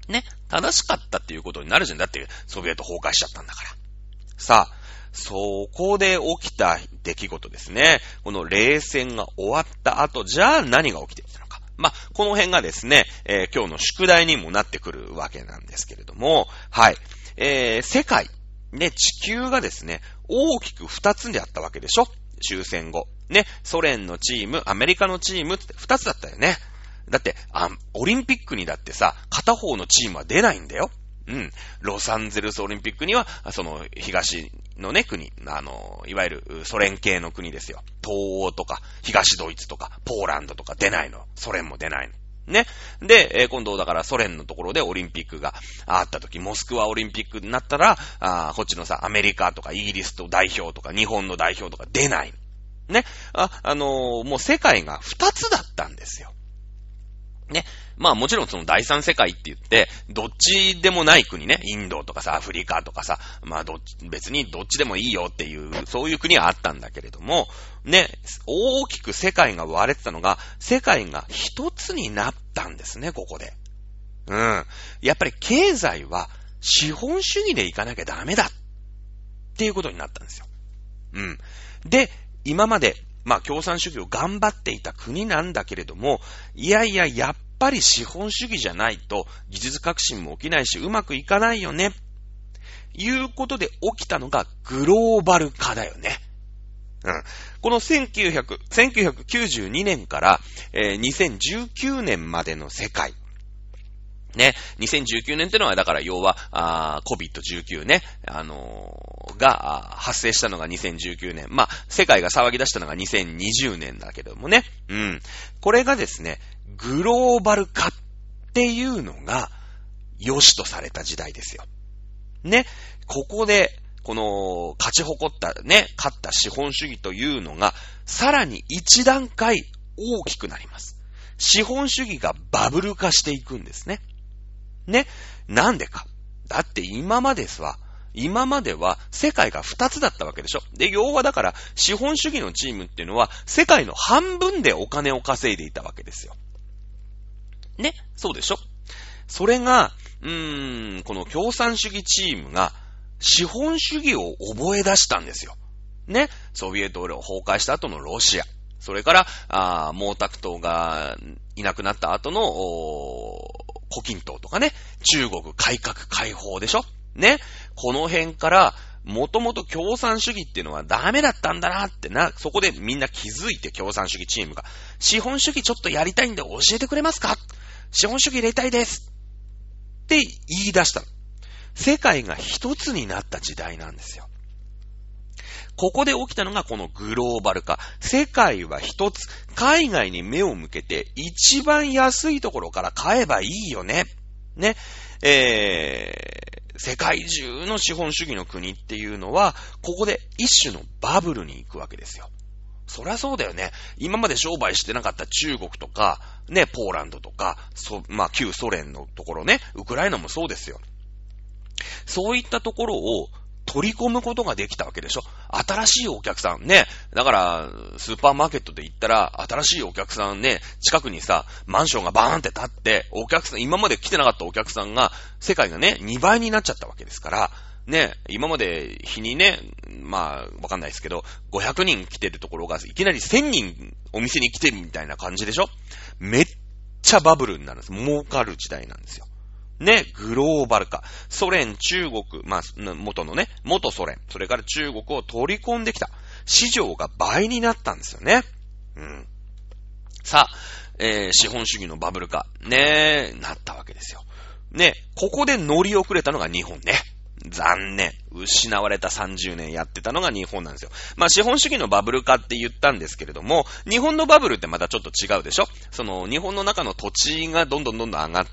ね、正しかったっていうことになるじゃん。だってソビエト崩壊しちゃったんだから。さあ、そこで起きた出来事ですね。この冷戦が終わった後、じゃあ何が起きてきたのか。まあ、この辺がですね、えー、今日の宿題にもなってくるわけなんですけれども、はい。えー、世界、ね、地球がですね、大きく二つであったわけでしょ？終戦後。ね、ソ連のチーム、アメリカのチームって二つだったよね。だって、あ、オリンピックにだってさ、片方のチームは出ないんだよ。うん。ロサンゼルスオリンピックには、その、東のね、国、あの、いわゆるソ連系の国ですよ。東欧とか、東ドイツとか、ポーランドとか出ないの。ソ連も出ないの。ね。で、えー、今度だからソ連のところでオリンピックがあった時、モスクワオリンピックになったら、あこっちのさ、アメリカとかイギリスと代表とか日本の代表とか出ない。ね。あ、あのー、もう世界が二つだったんですよ。ね。まあもちろんその第三世界って言って、どっちでもない国ね、インドとかさ、アフリカとかさ、まあどっち、別にどっちでもいいよっていう、そういう国はあったんだけれども、ね、大きく世界が割れてたのが、世界が一つになったんですね、ここで。うん。やっぱり経済は資本主義でいかなきゃダメだっていうことになったんですよ。うん。で、今まで、まあ共産主義を頑張っていた国なんだけれども、いやいや、やっぱり資本主義じゃないと技術革新も起きないしうまくいかないよね。いうことで起きたのがグローバル化だよね。うん。このせんきゅうひゃく、せんきゅうひゃくきゅうじゅうにねんから、えー、にせんじゅうきゅうねんまでの世界。ね。にせんじゅうきゅうねんってのは、だから要は、あー コビッドじゅうきゅう ね。あのー、が、発生したのがにせんじゅうきゅうねん。まあ、世界が騒ぎ出したのがにせんにじゅうねんだけどもね。うん。これがですね、グローバル化っていうのが、良しとされた時代ですよ。ね。ここで、この、勝ち誇ったね、勝った資本主義というのが、さらに一段階大きくなります。資本主義がバブル化していくんですね。ね。なんでか。だって今までは、今までは世界が二つだったわけでしょ。で、要はだから資本主義のチームっていうのは世界の半分でお金を稼いでいたわけですよ。ね。そうでしょ。それが、うーん、この共産主義チームが資本主義を覚え出したんですよ。ね。ソビエトを崩壊した後のロシア。それから、あ毛沢東がいなくなった後の、胡錦涛とかね、中国改革開放でしょね。この辺から、もともと共産主義っていうのはダメだったんだなってな、そこでみんな気づいて共産主義チームが、資本主義ちょっとやりたいんで教えてくれますか？資本主義入れたいですって言い出したの。世界が一つになった時代なんですよ。ここで起きたのがこのグローバル化。世界は一つ、海外に目を向けて一番安いところから買えばいいよね。ね。えー、世界中の資本主義の国っていうのは、ここで一種のバブルに行くわけですよ。そりゃそうだよね。今まで商売してなかった中国とか、ね、ポーランドとか、そ、まあ、旧ソ連のところね、ウクライナもそうですよ。そういったところを取り込むことができたわけでしょ。新しいお客さんね。だから、スーパーマーケットで行ったら、新しいお客さんね、近くにさ、マンションがバーンって立って、お客さん、今まで来てなかったお客さんが、世界がね、にばいになっちゃったわけですから、ね、今まで日にね、まあ、わかんないですけど、ごひゃくにん来てるところが、いきなりせんにんお店に来てるみたいな感じでしょ。めっちゃバブルになるんです。儲かる時代なんですよ。ね、グローバル化。ソ連、中国、まあ、元のね、元ソ連、それから中国を取り込んできた。市場が倍になったんですよね。うん。さあ、えー、資本主義のバブル化、ね、なったわけですよ。ね、ここで乗り遅れたのが日本ね。残念。失われたさんじゅうねんやってたのが日本なんですよ。まあ資本主義のバブル化って言ったんですけれども、日本のバブルってまたちょっと違うでしょ？その日本の中の土地がどんどんどんどん上がって、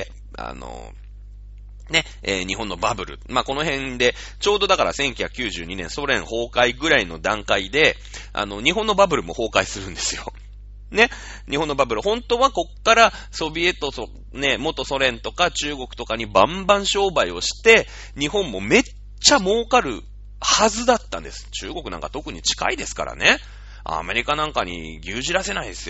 あの、ね、えー、日本のバブル。まあこの辺で、ちょうどだからせんきゅうひゃくきゅうじゅうにねんソ連崩壊ぐらいの段階で、あの、日本のバブルも崩壊するんですよ。ね。日本のバブル。本当はこっからソビエト、そね、元ソ連とか中国とかにバンバン商売をして、日本もめっちゃ儲かるはずだったんです。中国なんか特に近いですからね。アメリカなんかに牛耳らせないですよ。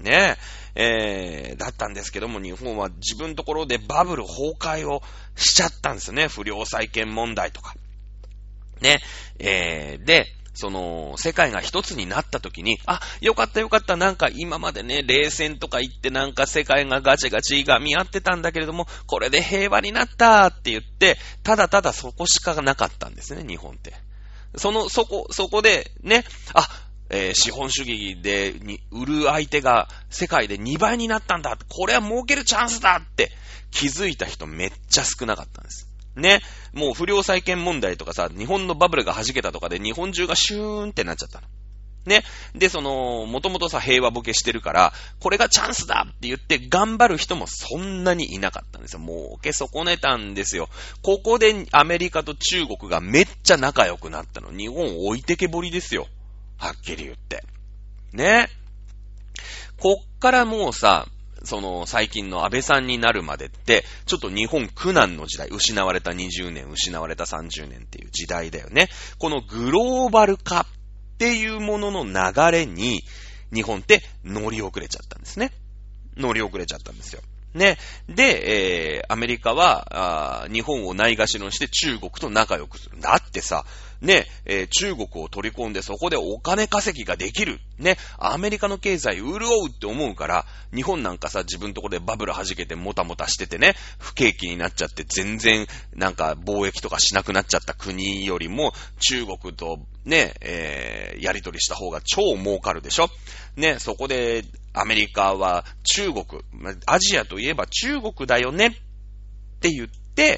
ねえ、えー、だったんですけども、日本は自分のところでバブル崩壊をしちゃったんですよね。不良債権問題とか。ね、えー、で、その、世界が一つになった時に、あ、よかったよかった、なんか今までね、冷戦とか言ってなんか世界がガチガチがみ合ってたんだけれども、これで平和になったって言って、ただただそこしかなかったんですね、日本って。その、そこ、そこでね、あ、えー、資本主義でに売る相手が世界でにばいになったんだ。これは儲けるチャンスだって気づいた人めっちゃ少なかったんです。ね。もう不良債権問題とかさ、日本のバブルが弾けたとかで日本中がシューンってなっちゃったの。ね。で、その、もともとさ、平和ボケしてるから、これがチャンスだって言って頑張る人もそんなにいなかったんですよ。もうけ損ねたんですよ。ここでアメリカと中国がめっちゃ仲良くなったの。日本置いてけぼりですよ。はっきり言って。ね。こっからもうさ、その最近の安倍さんになるまでって、ちょっと日本苦難の時代、失われたにじゅうねん、失われたさんじゅうねんっていう時代だよね。このグローバル化っていうものの流れに、日本って乗り遅れちゃったんですね。乗り遅れちゃったんですよ。ね。で、えー、アメリカは、あ日本をないがしろにして中国と仲良くする。だってさ、ね、えー、中国を取り込んでそこでお金稼ぎができる。ね、アメリカの経済潤うって思うから、日本なんかさ、自分のところでバブル弾けてもたもたしててね、不景気になっちゃって全然なんか貿易とかしなくなっちゃった国よりも、中国とね、えー、やり取りした方が超儲かるでしょ。ね、そこでアメリカは中国、アジアといえば中国だよねって言って、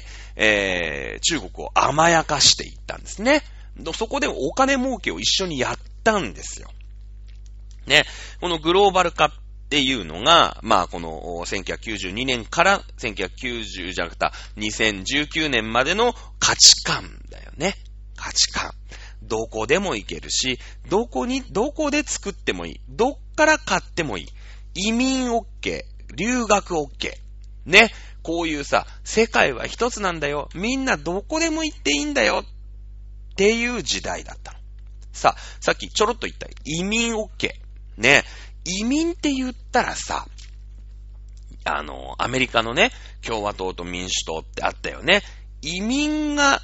えー、中国を甘やかしていったんですね。そこでお金儲けを一緒にやったんですよ。ね。このグローバル化っていうのが、まあこのせんきゅうひゃくきゅうじゅうにねんからせんきゅうひゃくきゅうじゅうじゃなくてにせんじゅうきゅうねんまでの価値観だよね。価値観。どこでも行けるし、どこに、どこで作ってもいい。どっから買ってもいい。移民 OK、留学 OK。ね。こういうさ、世界は一つなんだよ。みんなどこでも行っていいんだよ。っていう時代だったの。さ、さっきちょろっと言った移民 OK。ね。移民って言ったらさ、あの、アメリカのね、共和党と民主党ってあったよね。移民が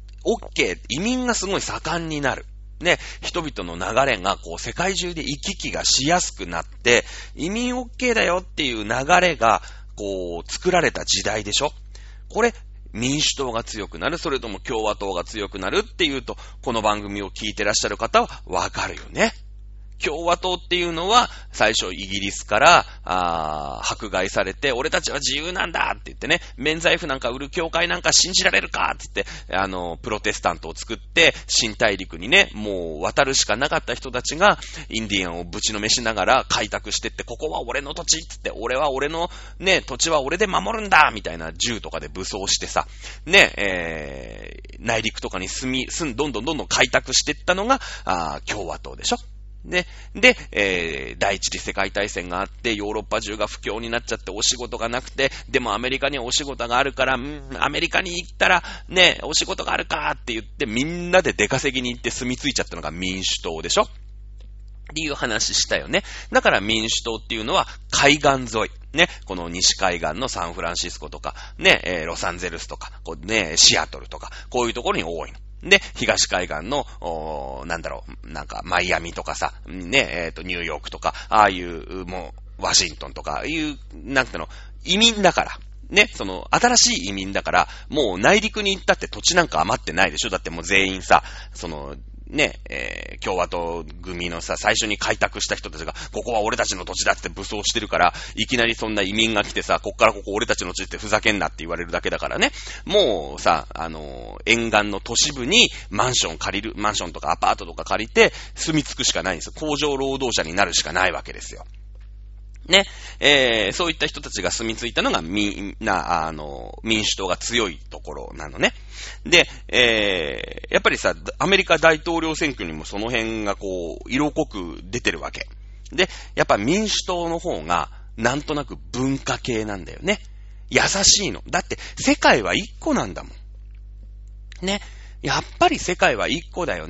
OK。移民がすごい盛んになる。ね。人々の流れがこう世界中で行き来がしやすくなって、移民 OK だよっていう流れがこう作られた時代でしょ。これ、民主党が強くなる、それとも共和党が強くなるっていうと、この番組を聞いてらっしゃる方はわかるよね。共和党っていうのは、最初イギリスから、あ迫害されて、俺たちは自由なんだって言ってね、免罪符なんか売る教会なんか信じられるかって言って、あの、プロテスタントを作って、新大陸にね、もう渡るしかなかった人たちが、インディアンをぶちのめしながら開拓してって、ここは俺の土地って言って、俺は俺のね、土地は俺で守るんだみたいな銃とかで武装してさ、ね、えー、内陸とかに住み、住ん、どんどんどんどん開拓していったのが、あ共和党でしょ。ね。で、えー、第一次世界大戦があって、ヨーロッパ中が不況になっちゃってお仕事がなくて、でもアメリカにはお仕事があるから、うん、アメリカに行ったら、ね、お仕事があるかって言って、みんなで出稼ぎに行って住み着いちゃったのが民主党でしょっていう話したよね。だから民主党っていうのは海岸沿い。ね。この西海岸のサンフランシスコとか、ね、えー、ロサンゼルスとか、こうね、シアトルとか、こういうところに多いの。で、東海岸の、なんだろう、なんか、マイアミとかさ、ね、えっと、ニューヨークとか、ああいう、もう、ワシントンとか、いう、なんていうの、移民だから、ね、その、新しい移民だから、もう内陸に行ったって土地なんか余ってないでしょ。だってもう全員さ、その、ね、えー、共和党組のさ、最初に開拓した人たちが、ここは俺たちの土地だって武装してるから、いきなりそんな移民が来てさ、こっからここ俺たちの土地ってふざけんなって言われるだけだからね。もうさ、あのー、沿岸の都市部にマンション借りる、マンションとかアパートとか借りて住み着くしかないんですよ。工場労働者になるしかないわけですよ。ね、えー、そういった人たちが住み着いたのがみんな、あの、民主党が強いところなのね。で、えー、やっぱりさ、アメリカ大統領選挙にもその辺がこう、色濃く出てるわけ。で、やっぱ民主党の方が、なんとなく文化系なんだよね。優しいの。だって、世界は一個なんだもん。ね。やっぱり世界は一個だよね。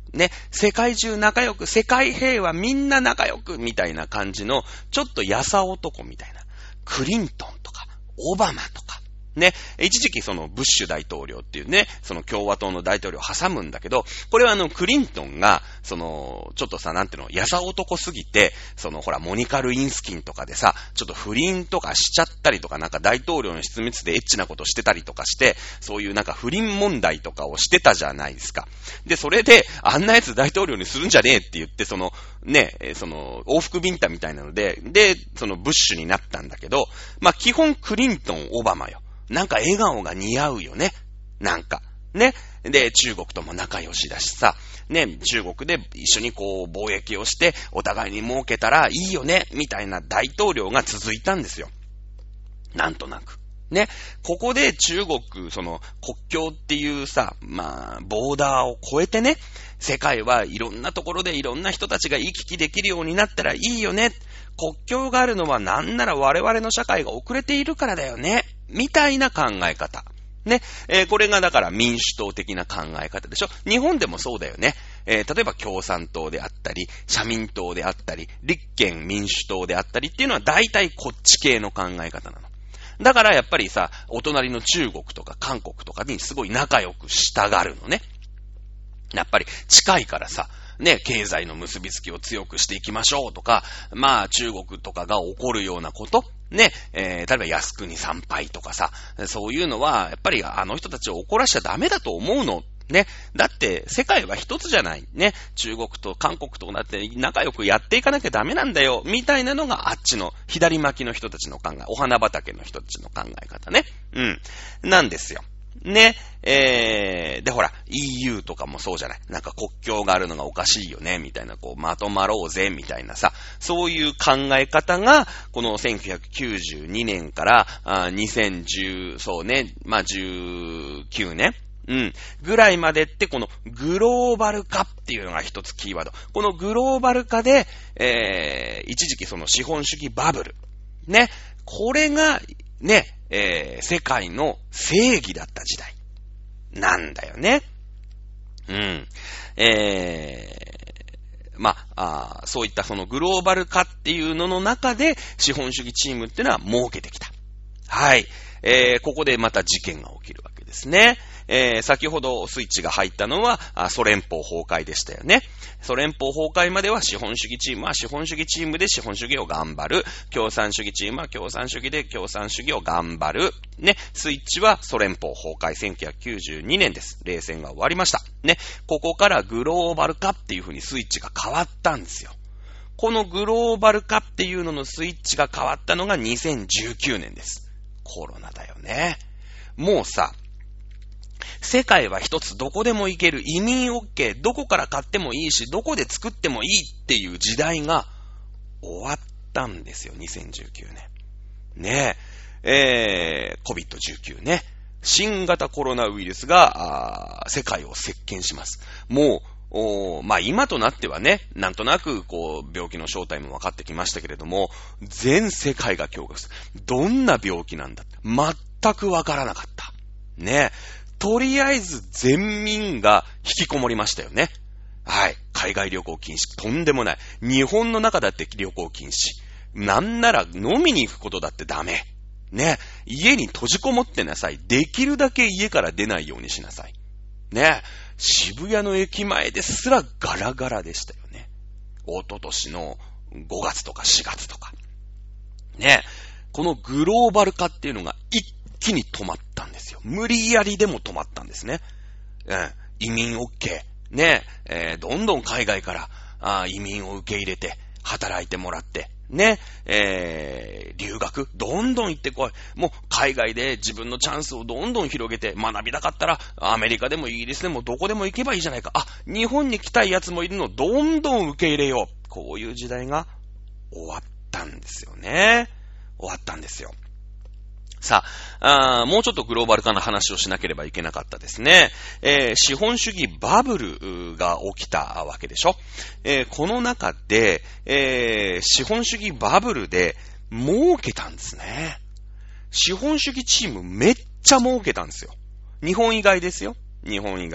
ね、世界中仲良く、世界平和みんな仲良くみたいな感じの、ちょっとやさ男みたいな。クリントンとか、オバマとか、ね、一時期そのブッシュ大統領っていうね、その共和党の大統領を挟むんだけど、これはあのクリントンが、その、ちょっとさ、なんていうの、やさ男すぎて、そのほら、モニカ・ルインスキンとかでさ、ちょっと不倫とかしちゃったりとか、なんか大統領の執務室でエッチなことしてたりとかして、そういうなんか不倫問題とかをしてたじゃないですか。で、それで、あんなやつ大統領にするんじゃねえって言って、その、ね、その、往復ビンタみたいなので、で、そのブッシュになったんだけど、まあ、基本クリントン、オバマよ。なんか笑顔が似合うよね。なんか。ね。で、中国とも仲良しだしさ。ね、中国で一緒にこう貿易をしてお互いに儲けたらいいよね。みたいな大統領が続いたんですよ。なんとなく。ね。ここで中国、その国境っていうさ、まあ、ボーダーを越えてね、世界はいろんなところでいろんな人たちが行き来できるようになったらいいよね。国境があるのはなんなら我々の社会が遅れているからだよね。みたいな考え方。ね。えー、これがだから民主党的な考え方でしょ。日本でもそうだよね。えー、例えば共産党であったり、社民党であったり、立憲民主党であったりっていうのは大体こっち系の考え方なの。だからやっぱりさ、お隣の中国とか韓国とかにすごい仲良くしたがるのね。やっぱり近いからさ、ね、経済の結びつきを強くしていきましょうとか、まあ中国とかが起こるようなこと、ね、えー、例えば靖国参拝とかさ、そういうのはやっぱりあの人たちを怒らしちゃダメだと思うの。ね。だって世界は一つじゃない。ね。中国と韓国とだって仲良くやっていかなきゃダメなんだよ。みたいなのがあっちの左巻きの人たちの考え、お花畑の人たちの考え方ね。うん。なんですよ。ね、えー、でほら イーユー とかもそうじゃない。なんか国境があるのがおかしいよねみたいな、こうまとまろうぜみたいなさ、そういう考え方がこのせんきゅうひゃくきゅうじゅうにねんからあにせんじゅうそうね、まあじゅうきゅうねんうん。ぐらいまでってこのグローバル化っていうのが一つキーワード。このグローバル化で、えー、一時期その資本主義バブルね、これがね。えー、世界の正義だった時代なんだよね。うん。えー、まあ、あそういったそのグローバル化っていうのの中で資本主義チームっていうのは設けてきた。はい。えー、ここでまた事件が起きるわけですね。えー、先ほどスイッチが入ったのはソ連邦崩壊でしたよね。ソ連邦崩壊までは資本主義チームは資本主義チームで資本主義を頑張る。共産主義チームは共産主義で共産主義を頑張る。ね。スイッチはソ連邦崩壊せんきゅうひゃくきゅうじゅうにねんです。冷戦が終わりました。ね。ここからグローバル化っていう風にスイッチが変わったんですよ。このグローバル化っていうののスイッチが変わったのがにせんじゅうきゅうねんです。コロナだよね。もうさ、世界は一つどこでも行ける移民 OK、どこから買ってもいいし、どこで作ってもいいっていう時代が終わったんですよ、にせんじゅうきゅうねん。ねえ、えー、コビッドじゅうきゅう ね。新型コロナウイルスが世界を席巻します。もう、おまあ今となってはね、なんとなくこう病気の正体も分かってきましたけれども、全世界が驚愕する。どんな病気なんだって全く分からなかった。ね。とりあえず全民が引きこもりましたよね。はい。海外旅行禁止。とんでもない。日本の中だって旅行禁止。なんなら飲みに行くことだってダメ。ね。家に閉じこもってなさい。できるだけ家から出ないようにしなさい。ね。渋谷の駅前ですらガラガラでしたよね。一昨年のごがつとかしがつとか。ね。このグローバル化っていうのが一気に止まったんですよ。無理やりでも止まったんですね。うん、移民 OK。ね、えー、どんどん海外からあ移民を受け入れて、働いてもらって、ね、えー、留学、どんどん行ってこい。もう海外で自分のチャンスをどんどん広げて、学びたかったらアメリカでもイギリスでもどこでも行けばいいじゃないか。あ、日本に来たいやつもいるの、どんどん受け入れよう。こういう時代が終わったんですよね。終わったんですよ。さあ、あもうちょっとグローバル化の話をしなければいけなかったですね。えー、資本主義バブルが起きたわけでしょ。えー、この中で、えー、資本主義バブルで儲けたんですね。資本主義チームめっちゃ儲けたんですよ。日本以外ですよ。日本以外。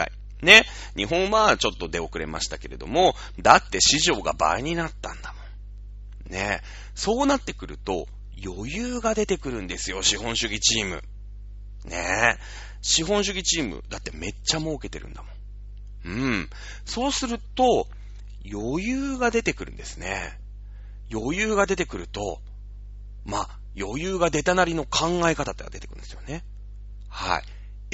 ね。日本はちょっと出遅れましたけれども、だって市場が倍になったんだもん。ね。そうなってくると、余裕が出てくるんですよ、資本主義チーム。ね。資本主義チーム、だってめっちゃ儲けてるんだもん。うん。そうすると、余裕が出てくるんですね。余裕が出てくると、まあ、余裕が出たなりの考え方ってが出てくるんですよね。はい。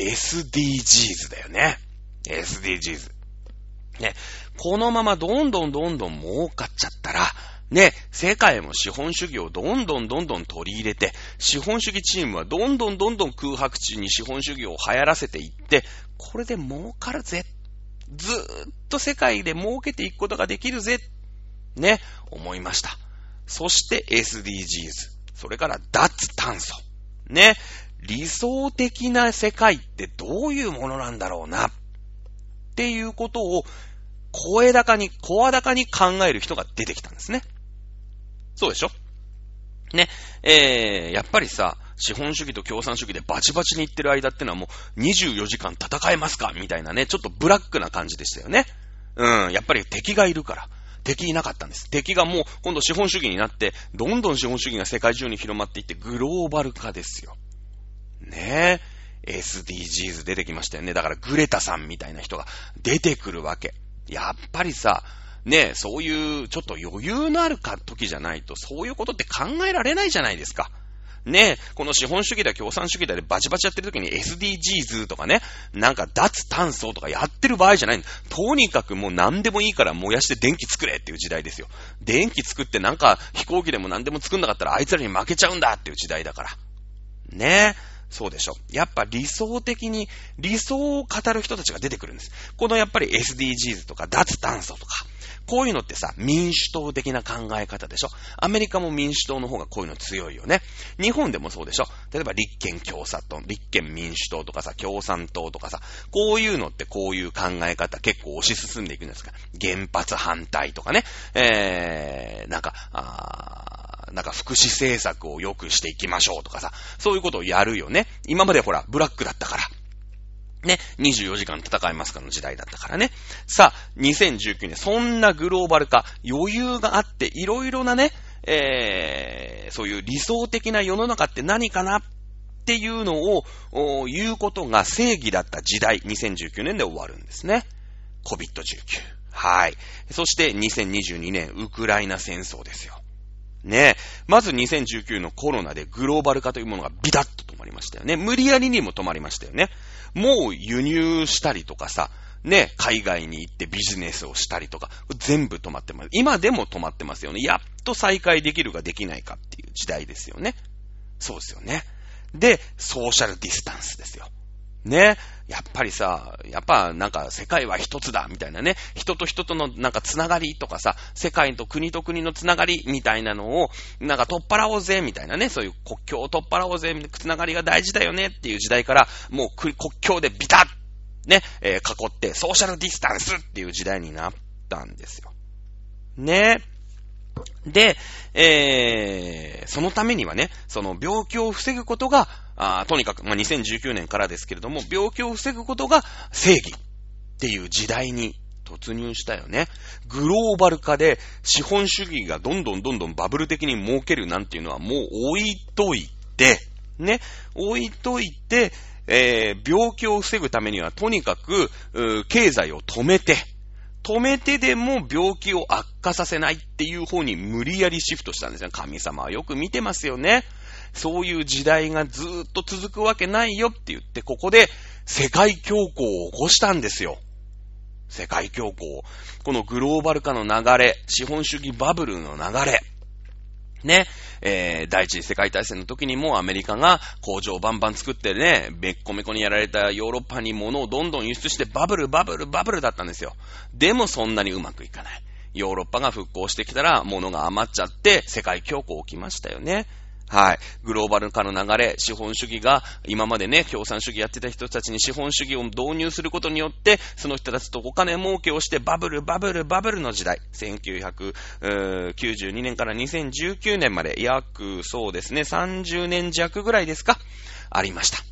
エスディージーズ だよね。エスディージーズ。ね。このままどんどんどんどん儲かっちゃったら、ね、世界も資本主義をどんどんどんどん取り入れて、資本主義チームはどんどんどんどん空白地に資本主義を流行らせていって、これで儲かるぜ。ずーっと世界で儲けていくことができるぜ。ね、思いました。そして エスディージーズ。それから脱炭素。ね、理想的な世界ってどういうものなんだろうな。っていうことを声高に、声高に考える人が出てきたんですね。そうでしょ？ね、えー、やっぱりさ、資本主義と共産主義でバチバチに言ってる間ってのはもうにじゅうよじかん戦えますかみたいなね、ちょっとブラックな感じでしたよね。うん、やっぱり敵がいるから。敵いなかったんです。敵がもう今度資本主義になって、どんどん資本主義が世界中に広まっていってグローバル化ですよ。ねえ、エスディージーズ 出てきましたよね。だからグレタさんみたいな人が出てくるわけ。やっぱりさ、ねえ、そういうちょっと余裕のあるか時じゃないと、そういうことって考えられないじゃないですか。ねえ、この資本主義だ、共産主義だでバチバチやってる時に エスディージーズ とかね、なんか脱炭素とかやってる場合じゃないんだ。とにかくもう何でもいいから燃やして電気作れっていう時代ですよ。電気作ってなんか飛行機でも何でも作んなかったらあいつらに負けちゃうんだっていう時代だから。ねえ。そうでしょ。やっぱ理想的に、理想を語る人たちが出てくるんです。このやっぱり エスディージーズ とか脱炭素とか、こういうのってさ、民主党的な考え方でしょ。アメリカも民主党の方がこういうの強いよね。日本でもそうでしょ。例えば立憲共産党、立憲民主党とかさ、共産党とかさ、こういうのってこういう考え方結構推し進んでいくんですか。原発反対とかね。えー、なんか、あーなんか福祉政策を良くしていきましょうとかさ、そういうことをやるよね。今までほら、ブラックだったから。ね、にじゅうよじかん戦いますかの時代だったからね。さあ、にせんじゅうきゅうねん、そんなグローバル化、余裕があって、いろいろなね、えー、そういう理想的な世の中って何かなっていうのを言うことが正義だった時代、にせんじゅうきゅうねんで終わるんですね。コビッドじゅうきゅう。はい。そしてにせんにじゅうにねん、ウクライナ戦争ですよ。ねえ。まずにせんじゅうきゅうのコロナでグローバル化というものがビタッと止まりましたよね。無理やりにも止まりましたよね。もう輸入したりとかさ、ね、海外に行ってビジネスをしたりとか、全部止まってます。今でも止まってますよね。やっと再開できるかできないかっていう時代ですよね。そうですよね。で、ソーシャルディスタンスですよ。ね。やっぱりさ、やっぱなんか世界は一つだみたいなね、人と人とのなんかつながりとかさ、世界と国と国のつながりみたいなのをなんか取っ払おうぜみたいなね、そういう国境を取っ払おうぜみたいなつながりが大事だよねっていう時代から、もう国境でビタッね、えー、囲ってソーシャルディスタンスっていう時代になったんですよ。ね。で、えー、そのためにはね、その病気を防ぐことが、あとにかく、まあ、にせんじゅうきゅうねんからですけれども、病気を防ぐことが正義っていう時代に突入したよね。グローバル化で資本主義がどんどんどんどんバブル的に儲けるなんていうのはもう置いといて、ね、置いといて、えー、病気を防ぐためにはとにかく、経済を止めて、止めてでも病気を悪化させないっていう方に無理やりシフトしたんですよ。神様はよく見てますよね。そういう時代がずーっと続くわけないよって言って、ここで世界恐慌を起こしたんですよ。世界恐慌。このグローバル化の流れ、資本主義バブルの流れ。ね、えー、第一次世界大戦の時にもアメリカが工場をバンバン作ってね、べっこめこにやられたヨーロッパに物をどんどん輸出してバブルバブルバブルだったんですよ。でもそんなにうまくいかない。ヨーロッパが復興してきたら物が余っちゃって世界恐慌起きましたよね。はい。グローバル化の流れ、資本主義が今までね、共産主義やってた人たちに資本主義を導入することによって、その人たちとお金儲けをしてバブル、バブル、バブルの時代。せんきゅうひゃくきゅうじゅうにねんからにせんじゅうきゅうねんまで約そうですね、さんじゅうねん弱ぐらいですか、ありました。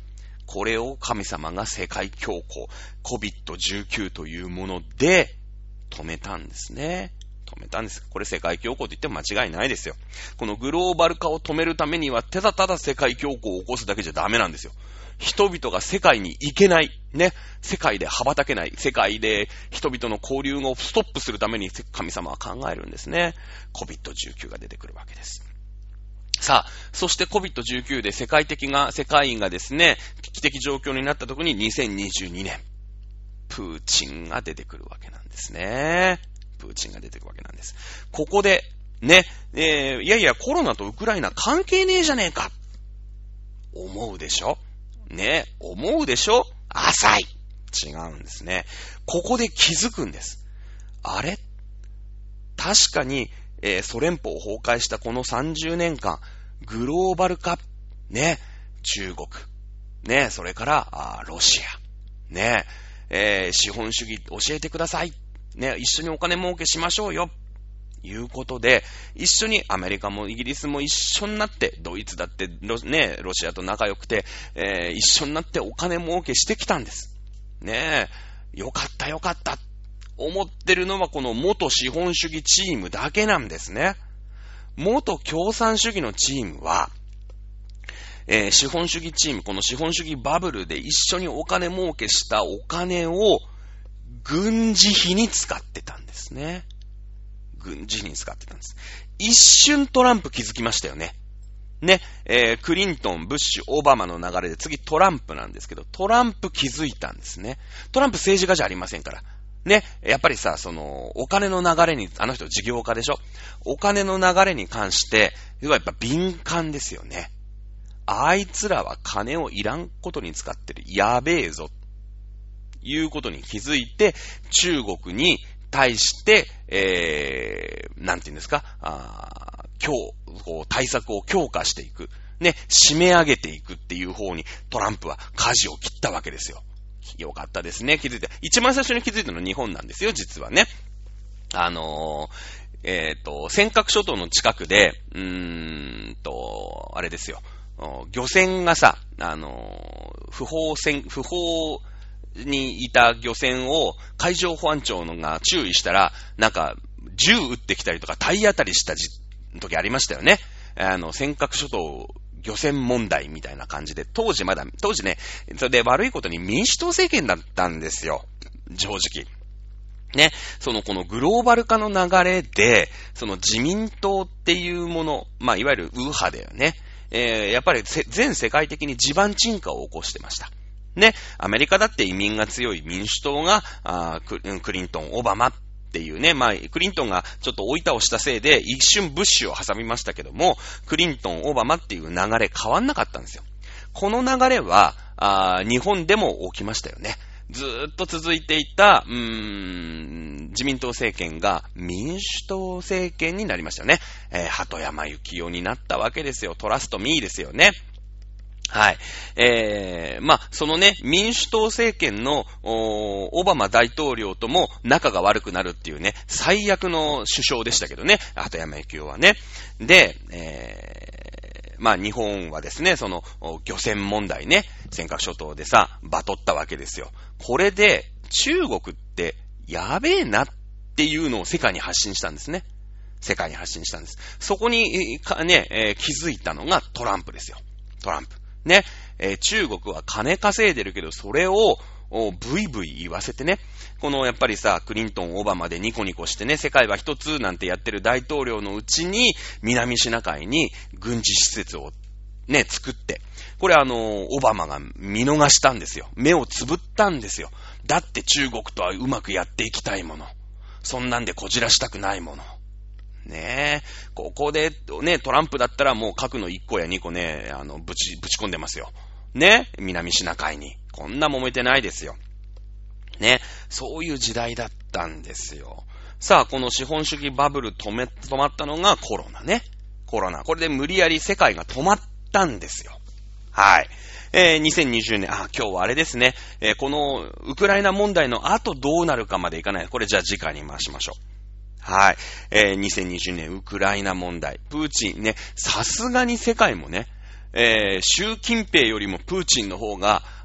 これを神様が世界恐慌、コビッドじゅうきゅう というもので止めたんですね。止めたんです。これ世界恐慌と言っても間違いないですよ。このグローバル化を止めるためには、ただただ世界恐慌を起こすだけじゃダメなんですよ。人々が世界に行けない、ね、世界で羽ばたけない、世界で人々の交流をストップするために神様は考えるんですね。コビッドじゅうきゅう が出てくるわけです。さあ、そして コビッドじゅうきゅう で世界的が、世界がですね、危機的状況になった時ににせんにじゅうにねん、プーチンが出てくるわけなんですね。プーチンが出てくるわけなんです。ここで、ね、えー、いやいやコロナとウクライナ関係ねえじゃねえか。思うでしょね、思うでしょ浅い。違うんですね。ここで気づくんです。あれ確かに、えー、ソ連邦を崩壊したこのさんじゅうねんかん、グローバル化、ね、中国、ね、それからあロシア、ね、えー、資本主義教えてください、ね、一緒にお金儲けしましょうよ、いうことで、一緒にアメリカもイギリスも一緒になって、ドイツだってロ、ね、ロシアと仲良くて、えー、一緒になってお金儲けしてきたんです。ねえ、よかったよかった。思ってるのはこの元資本主義チームだけなんですね。元共産主義のチームは、えー、資本主義チーム、この資本主義バブルで一緒にお金儲けしたお金を軍事費に使ってたんですね。軍事費に使ってたんです。一瞬トランプ気づきましたよね。ね、えー、クリントン、ブッシュ、オバマの流れで次トランプなんですけど、トランプ気づいたんですね。トランプ政治家じゃありませんから。ね、やっぱりさ、その、お金の流れに、あの人事業家でしょ？お金の流れに関して、やっぱ敏感ですよね。あいつらは金をいらんことに使ってる。やべえぞ。いうことに気づいて、中国に対して、えー、なんて言うんですか、あ強、こう対策を強化していく。ね、締め上げていくっていう方にトランプは舵を切ったわけですよ。よかったですね。気づいて。一番最初に気づいたのは日本なんですよ、実はね。あのー、えっと、尖閣諸島の近くで、うーんと、あれですよ。漁船がさ、あのー、不法船、不法にいた漁船を海上保安庁のが注意したら、なんか、銃撃ってきたりとか体当たりした時ありましたよね。あの、尖閣諸島、漁船問題みたいな感じで、当時まだ、当時ね、それで悪いことに民主党政権だったんですよ。正直。ね、そのこのグローバル化の流れで、その自民党っていうもの、まあいわゆる右派だよね。えー、やっぱり全世界的に地盤沈下を起こしてました。ね、アメリカだって移民が強い民主党が、あク、クリントン、オバマっていうね、まあ、クリントンがちょっと追い倒したせいで、一瞬ブッシュを挟みましたけども、クリントン、オバマっていう流れ変わんなかったんですよ。この流れは、あ日本でも起きましたよね。ずーっと続いていた、うーん、自民党政権が民主党政権になりましたよね。えー、鳩山幸夫になったわけですよ。トラストミーですよね。はい。えー、まあ、そのね、民主党政権の、オバマ大統領とも仲が悪くなるっていうね、最悪の首相でしたけどね、鳩山幸夫はね。で、えー、まあ、日本はですね、その、漁船問題ね、尖閣諸島でさ、バトったわけですよ。これで、中国ってやべえなっていうのを世界に発信したんですね。世界に発信したんです。そこに、ね、えー、気づいたのがトランプですよ。トランプ。ね、えー、中国は金稼いでるけど、それを、ブイブイ言わせてね、このやっぱりさ、クリントン、オバマでニコニコしてね、世界は一つなんてやってる大統領のうちに、南シナ海に軍事施設をね、作って、これあの、オバマが見逃したんですよ。目をつぶったんですよ。だって中国とはうまくやっていきたいもの。そんなんでこじらしたくないもの。ねえ、ここで、ね、トランプだったらもう核のいっこやにこね、あの、ぶち、ぶち込んでますよ。ね、南シナ海に。こんな揉めてないですよ。ね、そういう時代だったんですよ。さあ、この資本主義バブル止め、止まったのがコロナね。コロナ。これで無理やり世界が止まったんですよ。はい。えー、にせんにじゅうねん、あ、今日はあれですね。えー、この、ウクライナ問題の後どうなるかまでいかない。これじゃあ次回に回しましょう。はい。えー、にせんにじゅうねん、ウクライナ問題。プーチンね、さすがに世界もね、えー、習近平よりもプーチンの方が、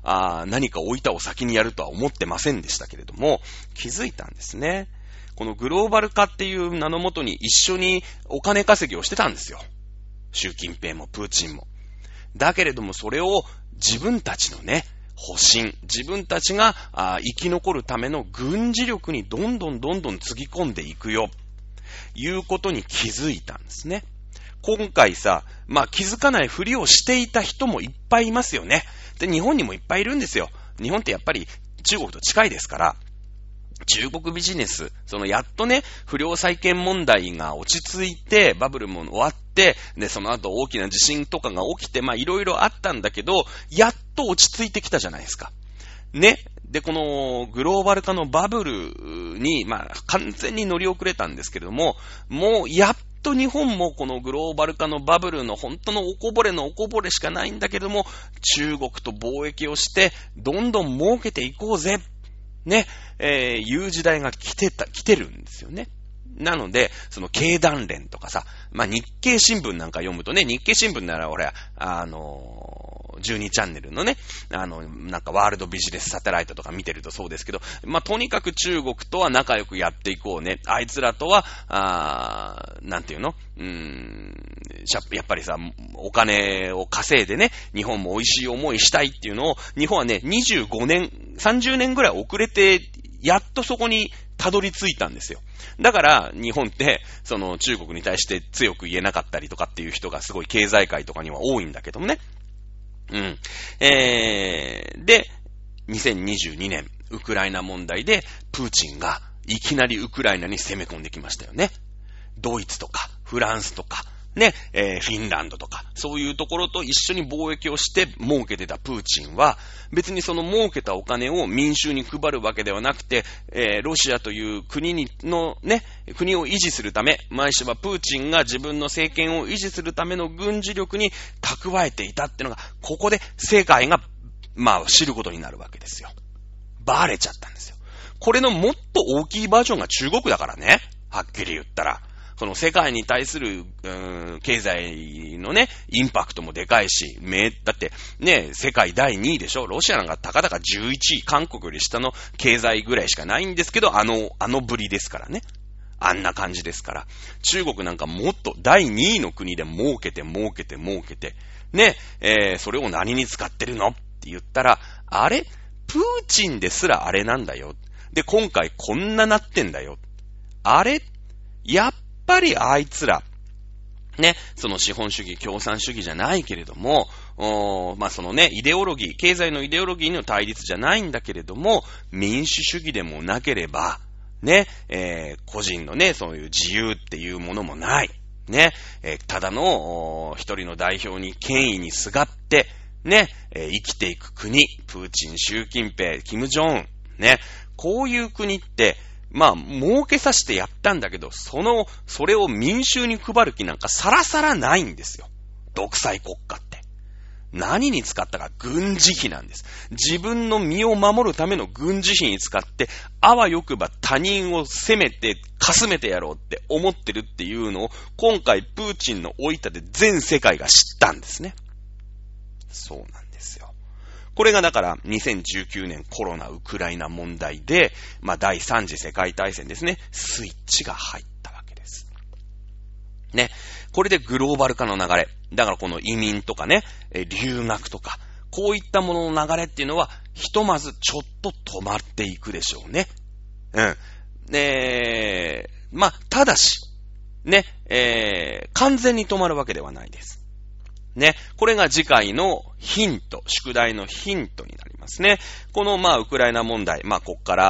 あ何か置いたを先にやるとは思ってませんでしたけれども、気づいたんですね。このグローバル化っていう名のもとに一緒にお金稼ぎをしてたんですよ。習近平もプーチンも。だけれどもそれを自分たちのね、保身、自分たちがあ生き残るための軍事力にどんどんどんどんつぎ込んでいくよ、いうことに気づいたんですね。今回さ、まあ気づかないふりをしていた人もいっぱいいますよね。で、日本にもいっぱいいるんですよ。日本ってやっぱり中国と近いですから、中国ビジネス、そのやっとね、不良債権問題が落ち着いて、バブルも終わって、で、その後大きな地震とかが起きて、まあいろいろあったんだけど、やっと落ち着いてきたじゃないですか。ね。で、このグローバル化のバブルに、まあ完全に乗り遅れたんですけれども、もうやっと日本もこのグローバル化のバブルの本当のおこぼれのおこぼれしかないんだけども、中国と貿易をして、どんどん儲けていこうぜ。ね、えー、いう時代が来てた、来てるんですよね。なので、その経団連とかさ、まあ、日経新聞なんか読むとね、日経新聞なら俺は、あのー、じゅうにチャンネルのね、あの、なんかワールドビジネスサテライトとか見てるとそうですけど、まあ、とにかく中国とは仲良くやっていこうね。あいつらとは、あー、なんていうの？うーん、やっぱりさ、お金を稼いでね、日本も美味しい思いしたいっていうのを、日本はね、にじゅうごねん、さんじゅうねんぐらい遅れて、やっとそこにたどり着いたんですよ。だから、日本って、その中国に対して強く言えなかったりとかっていう人がすごい経済界とかには多いんだけどもね。うん。えー、で、にせんにじゅうにねん、ウクライナ問題で、プーチンがいきなりウクライナに攻め込んできましたよね。ドイツとか、フランスとか、ね、えー、フィンランドとか、そういうところと一緒に貿易をして儲けてたプーチンは、別にその儲けたお金を民衆に配るわけではなくて、えー、ロシアという国にのね、国を維持するため、ないしはプーチンが自分の政権を維持するための軍事力に蓄えていたっていうのが、ここで世界が、まあ、知ることになるわけですよ。バレちゃったんですよ。これのもっと大きいバージョンが中国だからね。はっきり言ったら。この世界に対する、うーん、経済のね、インパクトもでかいし、め、だってね、世界だいにいでしょ。ロシアなんかたかだかじゅういちい、韓国より下の経済ぐらいしかないんですけど、あの、あのぶりですからね。あんな感じですから。中国なんかもっとだいにいの国で儲けて儲けて儲けて、ね、えー、それを何に使ってるのって言ったら、あれプーチンですらあれなんだよ。で、今回こんななってんだよ。あれやっやっぱりあいつら、ね、その資本主義、共産主義じゃないけれども、おまあそのね、イデオロギー、経済のイデオロギーの対立じゃないんだけれども、民主主義でもなければ、ね、えー、個人のね、そういう自由っていうものもない。ね、えー、ただの一人の代表に権威にすがって、ね、えー、生きていく国、プーチン、習近平、キム・ジョンウン、ね、こういう国って、まあ、儲けさせてやったんだけど、その、それを民衆に配る気なんかさらさらないんですよ。独裁国家って。何に使ったか軍事費なんです。自分の身を守るための軍事費に使って、あわよくば他人を攻めて、かすめてやろうって思ってるっていうのを、今回プーチンの追い立て全世界が知ったんですね。そうなんですよ。これがだからにせんじゅうきゅうねんコロナウクライナ問題で、まあ第三次世界大戦ですね、スイッチが入ったわけです。ね。これでグローバル化の流れ。だからこの移民とかね、留学とか、こういったものの流れっていうのは、ひとまずちょっと止まっていくでしょうね。うん。えー、まあ、ただし、ね、えー、完全に止まるわけではないです。ね。これが次回のヒント、宿題のヒントになりますね。この、まあ、ウクライナ問題、まあ、こっから、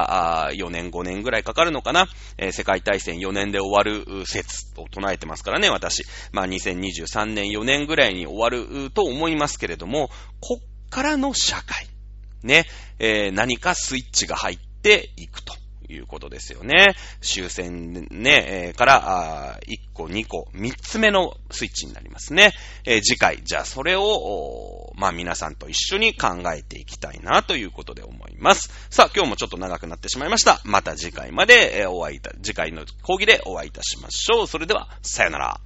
あよねん、ごねんぐらいかかるのかな。えー、世界大戦よねんで終わる説を唱えてますからね、私。まあ、にせんにじゅうさんねん、よねんぐらいに終わると思いますけれども、こっからの社会。ね。えー、何かスイッチが入っていくと。いうことですよね。終戦ね、えー、からいっこ、にこ、みっつめのスイッチになりますね。えー、次回、じゃあそれを、まあ皆さんと一緒に考えていきたいなということで思います。さあ、今日もちょっと長くなってしまいました。また次回まで、えー、お会いいた、次回の講義でお会いいたしましょう。それでは、さよなら。